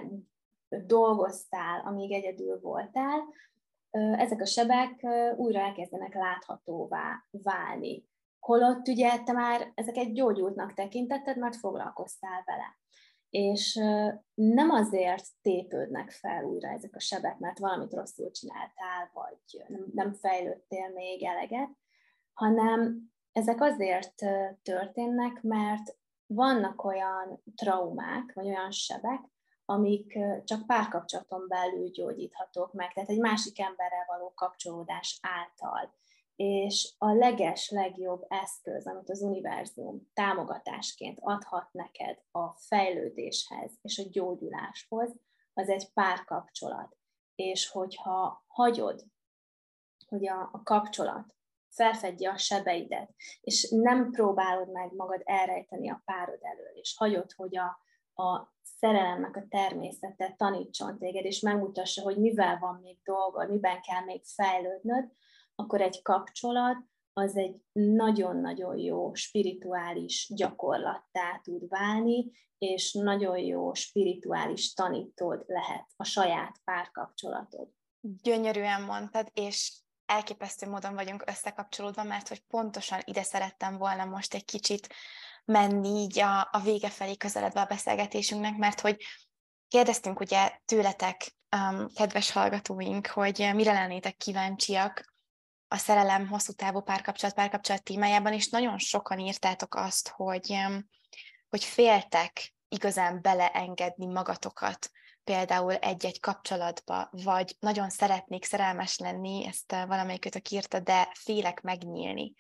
dolgoztál, amíg egyedül voltál, ezek a sebek újra elkezdenek láthatóvá válni. Holott ugye te már ezeket gyógyultnak tekintetted, mert foglalkoztál vele. És nem azért tépődnek fel újra ezek a sebek, mert valamit rosszul csináltál, vagy nem, nem fejlődtél még eleget, hanem ezek azért történnek, mert vannak olyan traumák, vagy olyan sebek, amik csak párkapcsolaton belül gyógyíthatók meg, tehát egy másik emberrel való kapcsolódás által. És a leges, legjobb eszköz, amit az univerzum támogatásként adhat neked a fejlődéshez és a gyógyuláshoz, az egy párkapcsolat. És hogyha hagyod, hogy a, a kapcsolat felfedje a sebeidet, és nem próbálod meg magad elrejteni a párod elől, és hagyod, hogy a, a szerelemnek a természete tanítson téged, és megmutassa, hogy mivel van még dolgod, miben kell még fejlődnöd, akkor egy kapcsolat az egy nagyon-nagyon jó spirituális gyakorlattá tud válni, és nagyon jó spirituális tanítód lehet a saját párkapcsolatod. Gyönyörűen mondtad, és elképesztő módon vagyunk összekapcsolódva, mert hogy pontosan ide szerettem volna most egy kicsit menni így a, a vége felé közeledve a beszélgetésünknek, mert hogy kérdeztünk ugye tőletek, um, kedves hallgatóink, hogy mire lennétek kíváncsiak a szerelem hosszú távú párkapcsolat, párkapcsolat témájában, és nagyon sokan írtátok azt, hogy, um, hogy féltek igazán beleengedni magatokat például egy-egy kapcsolatba, vagy nagyon szeretnék szerelmes lenni, ezt valamelyikötök írta, de félek megnyílni.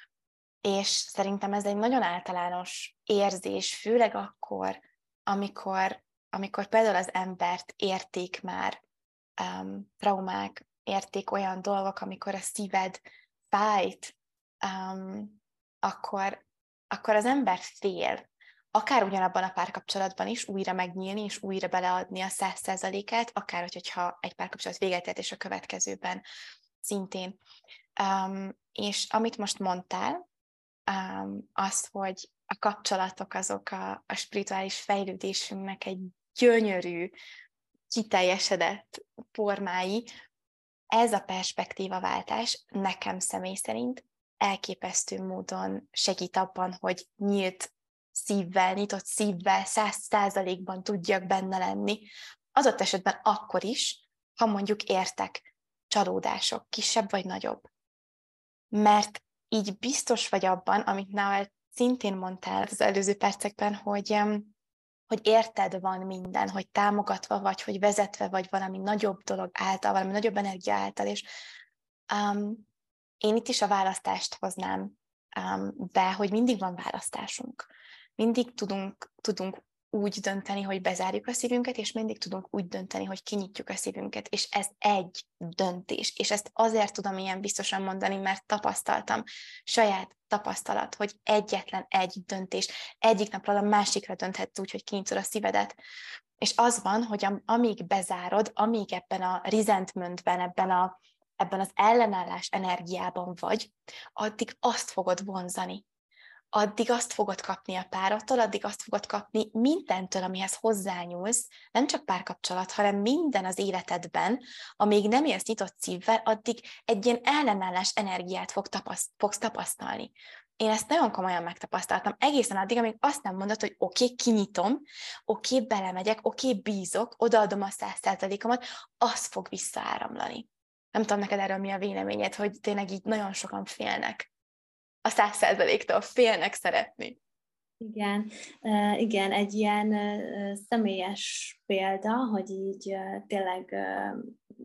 És szerintem ez egy nagyon általános érzés, főleg akkor, amikor, amikor például az embert érték már um, traumák, érték olyan dolgok, amikor a szíved fájt, um, akkor, akkor az ember fél, akár ugyanabban a párkapcsolatban is újra megnyílni, és újra beleadni a száz százalékát, akár hogyha egy párkapcsolat véget ért, és a következőben szintén. Um, és amit most mondtál, um, az, hogy a kapcsolatok azok a, a spirituális fejlődésünknek egy gyönyörű, kiteljesedett formái, ez a perspektívaváltás nekem személy szerint elképesztő módon segít abban, hogy nyílt szívvel, nyitott szívvel, száz százalékban tudjak benne lenni. Adott esetben akkor is, ha mondjuk értek csalódások, kisebb vagy nagyobb. Mert így biztos vagy abban, amit nála szintén mondtál az előző percekben, hogy, hogy érted van minden, hogy támogatva vagy, hogy vezetve vagy valami nagyobb dolog által, valami nagyobb energia által, és um, én itt is a választást hoznám um, be, hogy mindig van választásunk. Mindig tudunk, tudunk úgy dönteni, hogy bezárjuk a szívünket, és mindig tudunk úgy dönteni, hogy kinyitjuk a szívünket, és ez egy döntés. És ezt azért tudom ilyen biztosan mondani, mert tapasztaltam, saját tapasztalat, hogy egyetlen egy döntés, egyik napról a másikra dönthetsz úgy, hogy kinyitod a szívedet. És az van, hogy amíg bezárod, amíg ebben a resentmentben, ebben, a, ebben az ellenállás energiában vagy, addig azt fogod vonzani. Addig azt fogod kapni a párodtól, addig azt fogod kapni mindentől, amihez hozzányúlsz, nem csak párkapcsolat, hanem minden az életedben, amíg nem élsz nyitott szívvel, addig egy ilyen ellenállás energiát fog tapaszt, fogsz tapasztalni. Én ezt nagyon komolyan megtapasztaltam, egészen addig, amíg azt nem mondod, hogy oké, okay, kinyitom, oké, okay, belemegyek, oké, okay, bízok, odaadom a száz százalékomat, az fog visszaáramlani. Nem tudom neked erről mi a véleményed, hogy tényleg így nagyon sokan félnek a száz százaléktól, félnek szeretni. Igen, uh, igen, egy ilyen uh, személyes példa, hogy így uh, tényleg uh,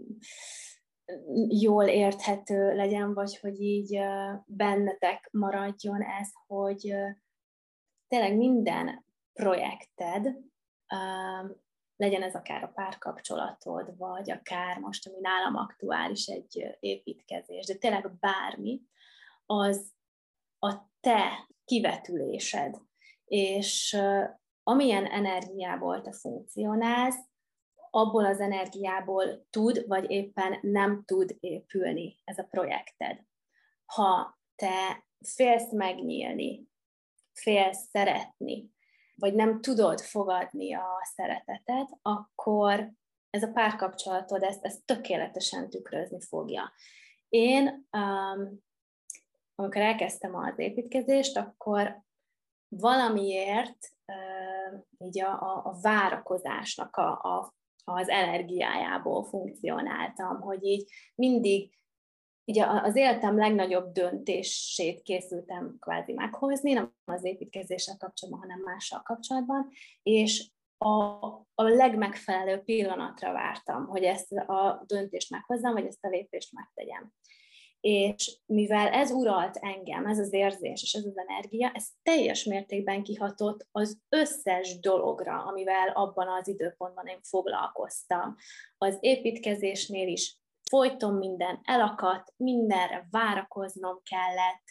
jól érthető legyen, vagy hogy így uh, bennetek maradjon ez, hogy uh, tényleg minden projekted uh, legyen ez akár a párkapcsolatod, vagy akár most, ami nálam aktuális, egy építkezés, de tényleg bármi, az a te kivetülésed, és amilyen energiából te funkcionálsz, abból az energiából tud, vagy éppen nem tud épülni ez a projekted. Ha te félsz megnyílni, félsz szeretni, vagy nem tudod fogadni a szeretetet, akkor ez a párkapcsolatod ezt, ezt tökéletesen tükrözni fogja. Én, um, amikor elkezdtem az építkezést, akkor valamiért uh, így a, a, a várakozásnak a, a, az energiájából funkcionáltam, hogy így mindig így az életem legnagyobb döntését készültem kvázi meghozni, nem az építkezéssel kapcsolatban, hanem mással kapcsolatban, és a, a legmegfelelőbb pillanatra vártam, hogy ezt a döntést meghozzam, vagy ezt a lépést megtegyem. És mivel ez uralt engem, ez az érzés és ez az energia, ez teljes mértékben kihatott az összes dologra, amivel abban az időpontban én foglalkoztam. Az építkezésnél is folyton minden elakadt, mindenre várakoznom kellett,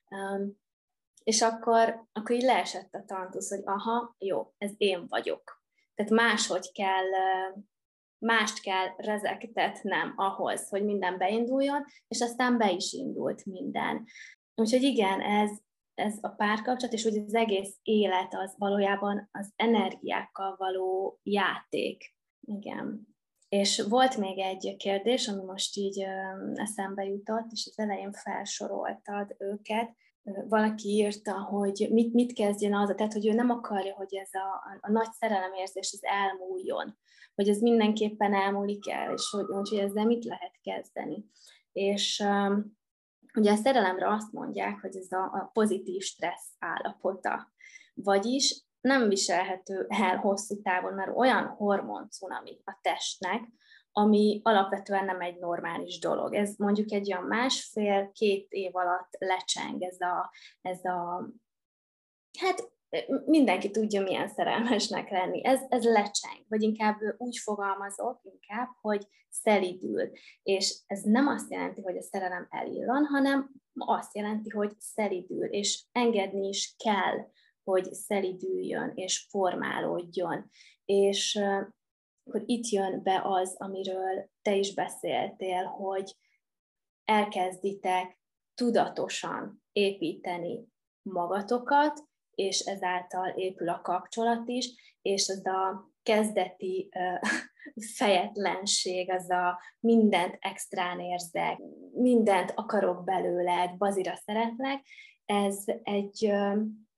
és akkor, akkor így leesett a tantusz, hogy aha, jó, ez én vagyok. Tehát máshogy kell, mást kell rezegtetnem ahhoz, hogy minden beinduljon, és aztán be is indult minden. Úgyhogy igen, ez, ez a párkapcsolat, és úgy az egész élet az valójában az energiákkal való játék. Igen. És volt még egy kérdés, ami most így eszembe jutott, és az elején felsoroltad őket. Valaki írta, hogy mit, mit kezdjen az, tehát hogy ő nem akarja, hogy ez a, a nagy szerelemérzés ez elmúljon, hogy ez mindenképpen elmúlik el, és hogy, hogy ezzel mit lehet kezdeni. És um, ugye a szerelemre azt mondják, hogy ez a, a pozitív stressz állapota, vagyis nem viselhető el hosszú távon, mert olyan hormoncunami a testnek, ami alapvetően nem egy normális dolog. Ez mondjuk egy olyan másfél-két év alatt lecseng ez a, ez a hát mindenki tudja, milyen szerelmesnek lenni. Ez, ez lecseng, vagy inkább úgy fogalmazok, inkább, hogy szelidül. És ez nem azt jelenti, hogy a szerelem elillan, hanem azt jelenti, hogy szelidül, és engedni is kell, hogy szelidüljön és formálódjon. És akkor itt jön be az, amiről te is beszéltél, hogy elkezditek tudatosan építeni magatokat, és ezáltal épül a kapcsolat is, és az a kezdeti uh, fejetlenség, az a mindent extrán érzek, mindent akarok belőled, bazira szeretlek, ez egy... Uh,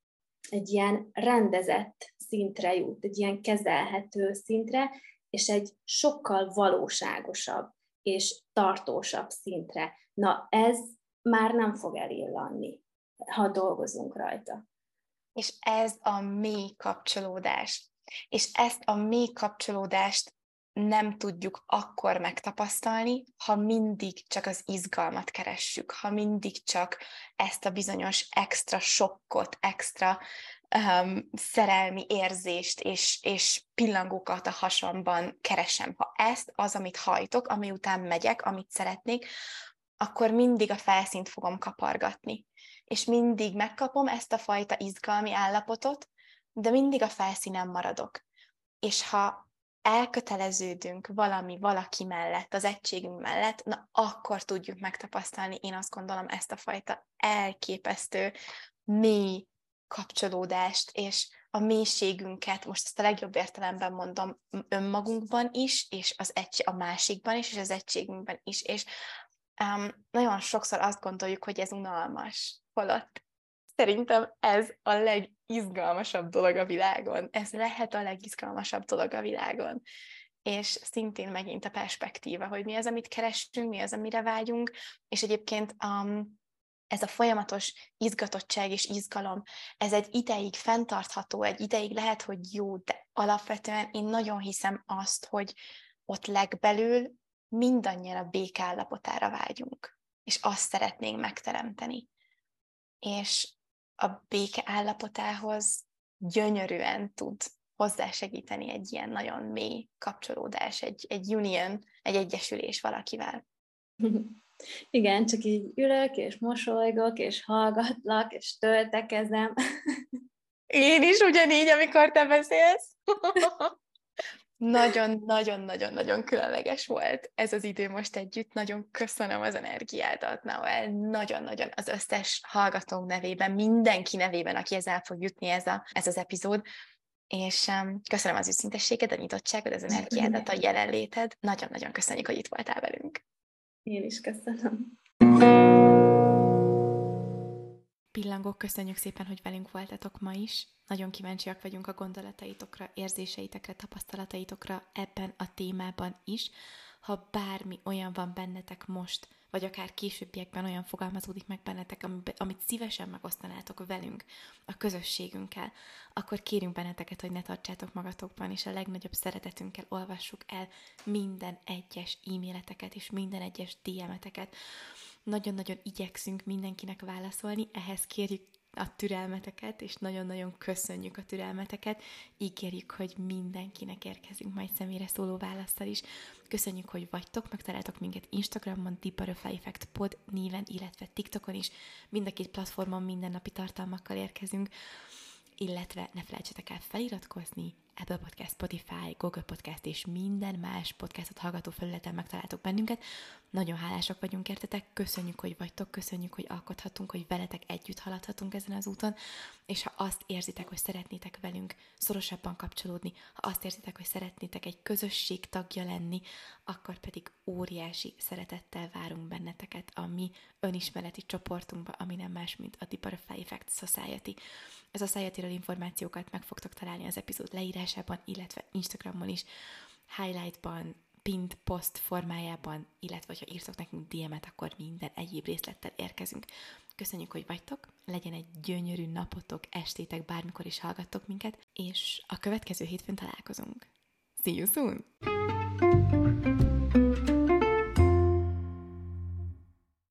egy ilyen rendezett szintre jut, egy ilyen kezelhető szintre, és egy sokkal valóságosabb és tartósabb szintre. Na, ez már nem fog elillanni, ha dolgozunk rajta. És ez a mély kapcsolódás. És ezt a mély kapcsolódást nem tudjuk akkor megtapasztalni, ha mindig csak az izgalmat keressük, ha mindig csak ezt a bizonyos extra sokkot, extra um, szerelmi érzést és, és pillangókat a hasamban keresem. Ha ezt az, amit hajtok, ami után megyek, amit szeretnék, akkor mindig a felszínt fogom kapargatni. És mindig megkapom ezt a fajta izgalmi állapotot, de mindig a felszínen maradok. És ha elköteleződünk valami, valaki mellett, az egységünk mellett, na akkor tudjuk megtapasztalni, én azt gondolom, ezt a fajta elképesztő, mély kapcsolódást, és a mélységünket, most ezt a legjobb értelemben mondom, önmagunkban is, és az egy, a másikban is, és az egységünkben is, és um, nagyon sokszor azt gondoljuk, hogy ez unalmas, holott szerintem ez a legizgalmasabb dolog a világon. Ez lehet a legizgalmasabb dolog a világon. És szintén megint a perspektíva, hogy mi az, amit keresünk, mi az, amire vágyunk, és egyébként um, ez a folyamatos izgatottság és izgalom, ez egy ideig fenntartható, egy ideig lehet, hogy jó, de alapvetően én nagyon hiszem azt, hogy ott legbelül mindannyian a békállapotára vágyunk, és azt szeretnénk megteremteni. És a béke állapotához gyönyörűen tud hozzásegíteni egy ilyen nagyon mély kapcsolódás, egy, egy union, egy egyesülés valakivel. Igen, csak így ülök, és mosolygok, és hallgatlak, és töltekezem. Én is ugyanígy, amikor te beszélsz. Nagyon-nagyon-nagyon-nagyon különleges volt ez az idő most együtt. Nagyon köszönöm az energiádat, Noel. Nagyon-nagyon az összes hallgatónk nevében, mindenki nevében, aki ezzel fog jutni ez, a, ez az epizód. És um, köszönöm az őszintességed, a nyitottságod, az energiádat, a jelenléted. Nagyon-nagyon köszönjük, hogy itt voltál velünk. Én is köszönöm. Pillangók, köszönjük szépen, hogy velünk voltatok ma is. Nagyon kíváncsiak vagyunk a gondolataitokra, érzéseitekre, tapasztalataitokra ebben a témában is. Ha bármi olyan van bennetek most, vagy akár későbbiekben olyan fogalmazódik meg bennetek, amit szívesen megosztanátok velünk, a közösségünkkel, akkor kérünk benneteket, hogy ne tartsátok magatokban, és a legnagyobb szeretetünkkel olvassuk el minden egyes e-maileteket és minden egyes dé em-eteket. Nagyon-nagyon igyekszünk mindenkinek válaszolni, ehhez kérjük a türelmeteket, és nagyon-nagyon köszönjük a türelmeteket. Ígérjük, hogy mindenkinek érkezünk majd személyre szóló válaszsal is. Köszönjük, hogy vagytok, megtaláltok minket Instagramon, Deep Butterfly Effect Pod néven, illetve TikTokon is. Mind a két platformon mindennapi tartalmakkal érkezünk, illetve ne felejtsetek el feliratkozni, Apple Podcast, Spotify, Google Podcast és minden más podcastot hallgató felületen megtaláltok bennünket. Nagyon hálásak vagyunk értetek, köszönjük, hogy vagytok, köszönjük, hogy alkothatunk, hogy veletek együtt haladhatunk ezen az úton, és ha azt érzitek, hogy szeretnétek velünk szorosabban kapcsolódni, ha azt érzitek, hogy szeretnétek egy közösség tagja lenni, akkor pedig óriási szeretettel várunk benneteket a mi önismereti csoportunkba, ami nem más, mint a Deep Butterfly Effect Society. A Society-ről információkat meg fogtok találni az epizód leírásában, illetve Instagramon is, highlightban, pinned post formájában, illetve ha írtok nekünk dé em-et, akkor minden egyéb részlettel érkezünk. Köszönjük, hogy vagytok, legyen egy gyönyörű napotok, estétek, bármikor is hallgattok minket, és a következő hétfőn találkozunk. See you soon!